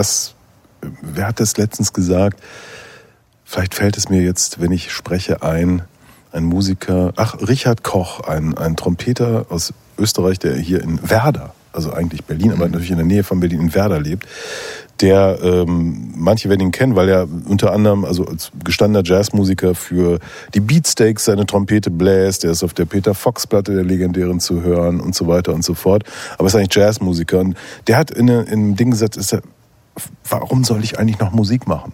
Speaker 2: wer hat das letztens gesagt? Vielleicht fällt es mir jetzt, wenn ich spreche, ein Musiker, Richard Koch, ein Trompeter aus Österreich, der hier in Werder, also eigentlich Berlin, aber natürlich in der Nähe von Berlin in Werder lebt, der, manche werden ihn kennen, weil er unter anderem, also als gestandener Jazzmusiker für die Beatsteaks seine Trompete bläst, der ist auf der Peter Fox-Platte der legendären zu hören und so weiter und so fort, aber ist eigentlich Jazzmusiker und der hat in einem Ding gesagt, warum soll ich eigentlich noch Musik machen?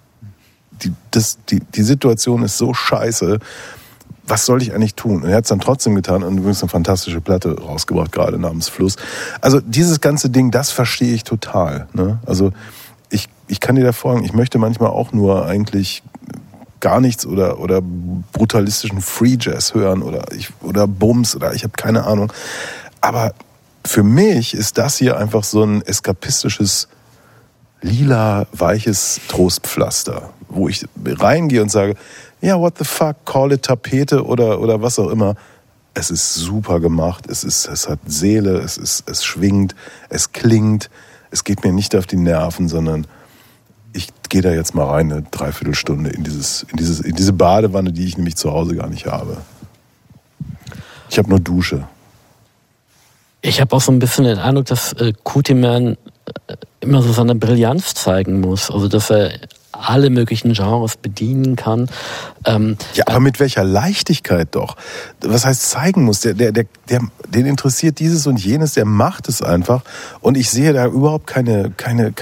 Speaker 2: Die Situation ist so scheiße, was soll ich eigentlich tun? Und er hat es dann trotzdem getan und übrigens eine fantastische Platte rausgebracht, gerade namens Fluss. Also dieses ganze Ding, das verstehe ich total. Ne? Also ich kann dir da folgen, ich möchte manchmal auch nur eigentlich gar nichts oder brutalistischen Free Jazz hören oder Bums oder ich habe keine Ahnung. Aber für mich ist das hier einfach so ein eskapistisches, lila, weiches Trostpflaster, wo ich reingehe und sage, ja, what the fuck, call it Tapete oder was auch immer. Es ist super gemacht, es hat Seele, es schwingt, es klingt, es geht mir nicht auf die Nerven, sondern ich gehe da jetzt mal rein, eine Dreiviertelstunde in diese Badewanne, die ich nämlich zu Hause gar nicht habe. Ich habe nur Dusche.
Speaker 3: Ich habe auch so ein bisschen den Eindruck, dass Cootie Man immer so seine Brillanz zeigen muss, also dass er alle möglichen Genres bedienen kann.
Speaker 2: Ja, aber mit welcher Leichtigkeit doch. Was heißt zeigen muss? Den interessiert dieses und jenes, der macht es einfach. Und ich sehe da überhaupt keine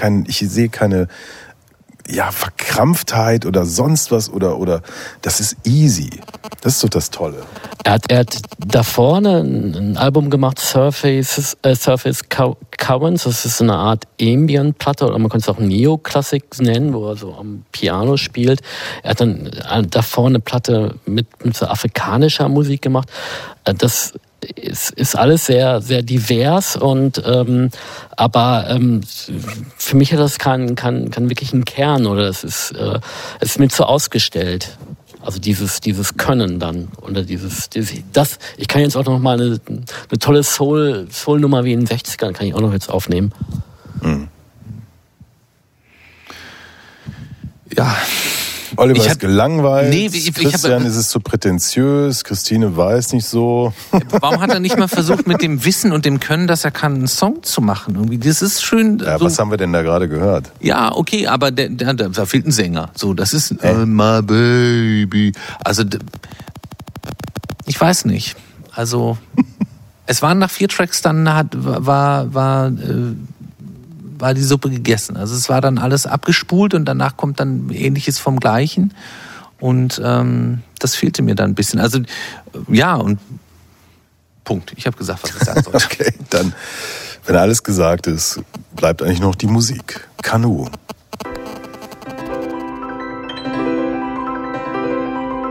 Speaker 2: Verkrampftheit oder sonst was oder das ist easy. Das ist doch das Tolle.
Speaker 3: Er hat da vorne ein Album gemacht, Surface Currents. Das ist so eine Art Ambient-Platte oder man könnte es auch Neoklassik nennen, wo er so am Piano spielt. Er hat dann da vorne eine Platte mit so afrikanischer Musik gemacht. Das ist alles sehr, sehr divers und aber für mich hat das keinen wirklichen Kern oder es ist mir zu ausgestellt. Also dieses Können dann oder das. Ich kann jetzt auch noch mal eine tolle Soul-Nummer wie in den 60ern kann ich auch noch jetzt aufnehmen.
Speaker 2: Mhm.
Speaker 4: Ja.
Speaker 2: Oliver ist gelangweilt,
Speaker 4: nee,
Speaker 2: Christian ist es zu prätentiös, Christine weiß nicht so.
Speaker 4: Warum hat er nicht mal versucht, mit dem Wissen und dem Können, dass er kann, einen Song zu machen? Irgendwie, das ist schön.
Speaker 2: Ja, so. Was haben wir denn da gerade gehört?
Speaker 4: Ja, okay, aber da fehlt ein Sänger. So, das ist My Baby. Also, ich weiß nicht. Also, es waren nach 4 Tracks, dann war die Suppe gegessen. Also es war dann alles abgespult und danach kommt dann Ähnliches vom Gleichen. Und das fehlte mir dann ein bisschen. Also ja, und Punkt. Ich habe gesagt, was ich sagen sollte.
Speaker 2: Okay, dann, wenn alles gesagt ist, bleibt eigentlich noch die Musik. Kanu.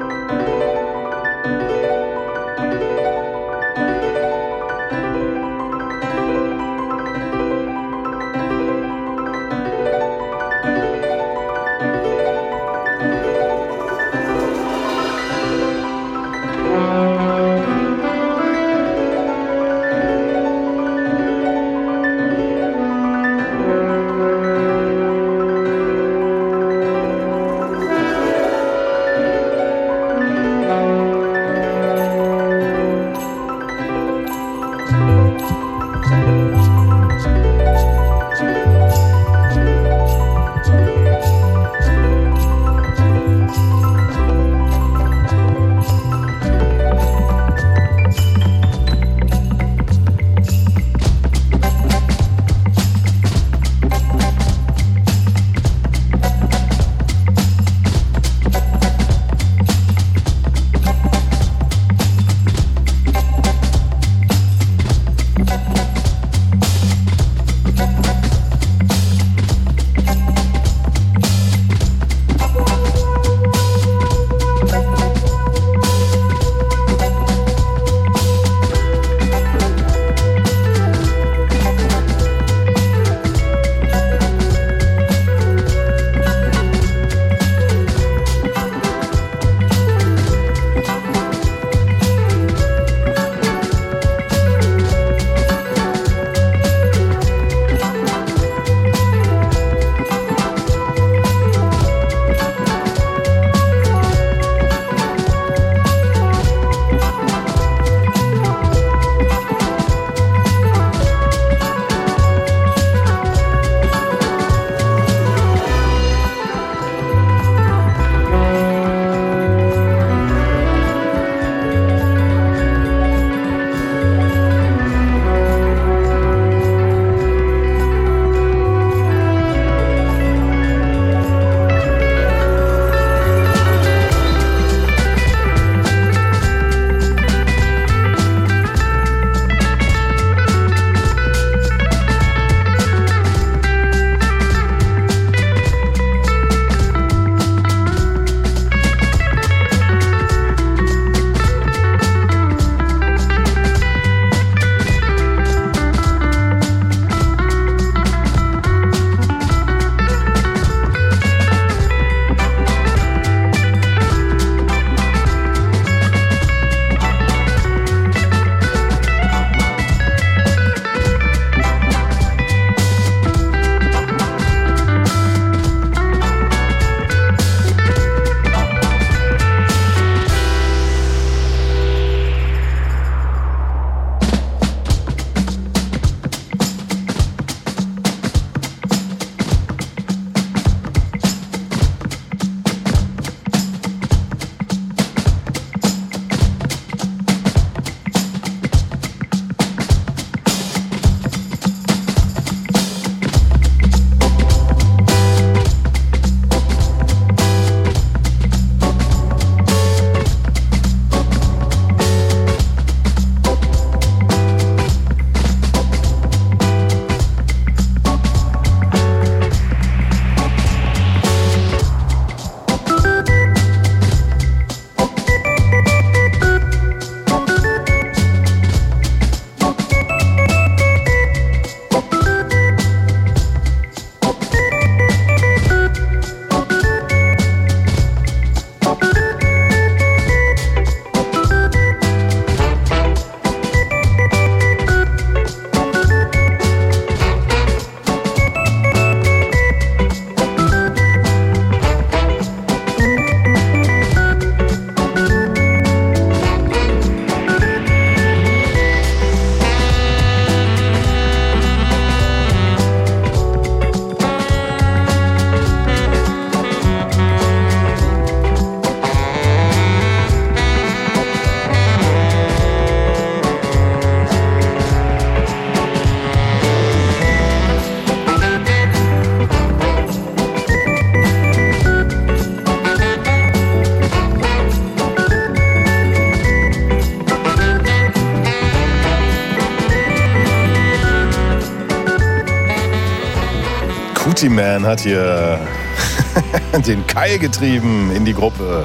Speaker 2: Cootie Man hat hier den Keil getrieben in die Gruppe.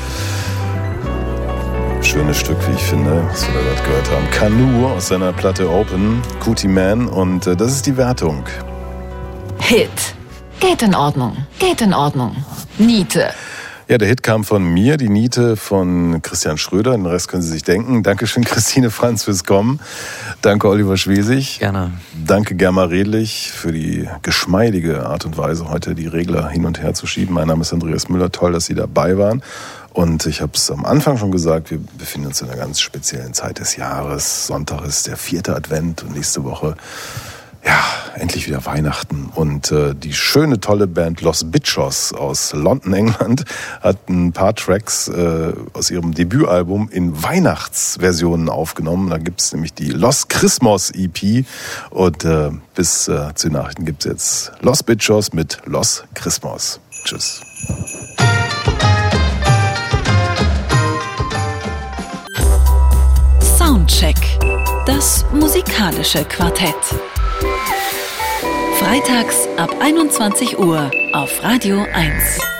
Speaker 2: Schönes Stück, wie ich finde, was wir da gerade gehört haben. Canoe aus seiner Platte Open, Cootie Man, und das ist die Wertung.
Speaker 1: Hit. Geht in Ordnung. Geht in Ordnung. Niete.
Speaker 2: Ja, der Hit kam von mir, die Niete von Christian Schröder. Den Rest können Sie sich denken. Dankeschön, Christine Franz, fürs Kommen. Danke, Oliver Schwesig.
Speaker 4: Gerne.
Speaker 2: Danke, Germa Redlich, für die geschmeidige Art und Weise, heute die Regler hin und her zu schieben. Mein Name ist Andreas Müller. Toll, dass Sie dabei waren. Und ich habe es am Anfang schon gesagt, wir befinden uns in einer ganz speziellen Zeit des Jahres. Sonntag ist der 4. Advent und nächste Woche, ja, endlich wieder Weihnachten. Und die schöne, tolle Band Los Bichos aus London, England, hat ein paar Tracks aus ihrem Debütalbum in Weihnachtsversionen aufgenommen. Da gibt's nämlich die Los Christmas EP. Und bis zu den Nachrichten gibt's jetzt Los Bichos mit Los Christmas. Tschüss.
Speaker 1: Soundcheck. Das musikalische Quartett. Freitags ab 21 Uhr auf Radio 1.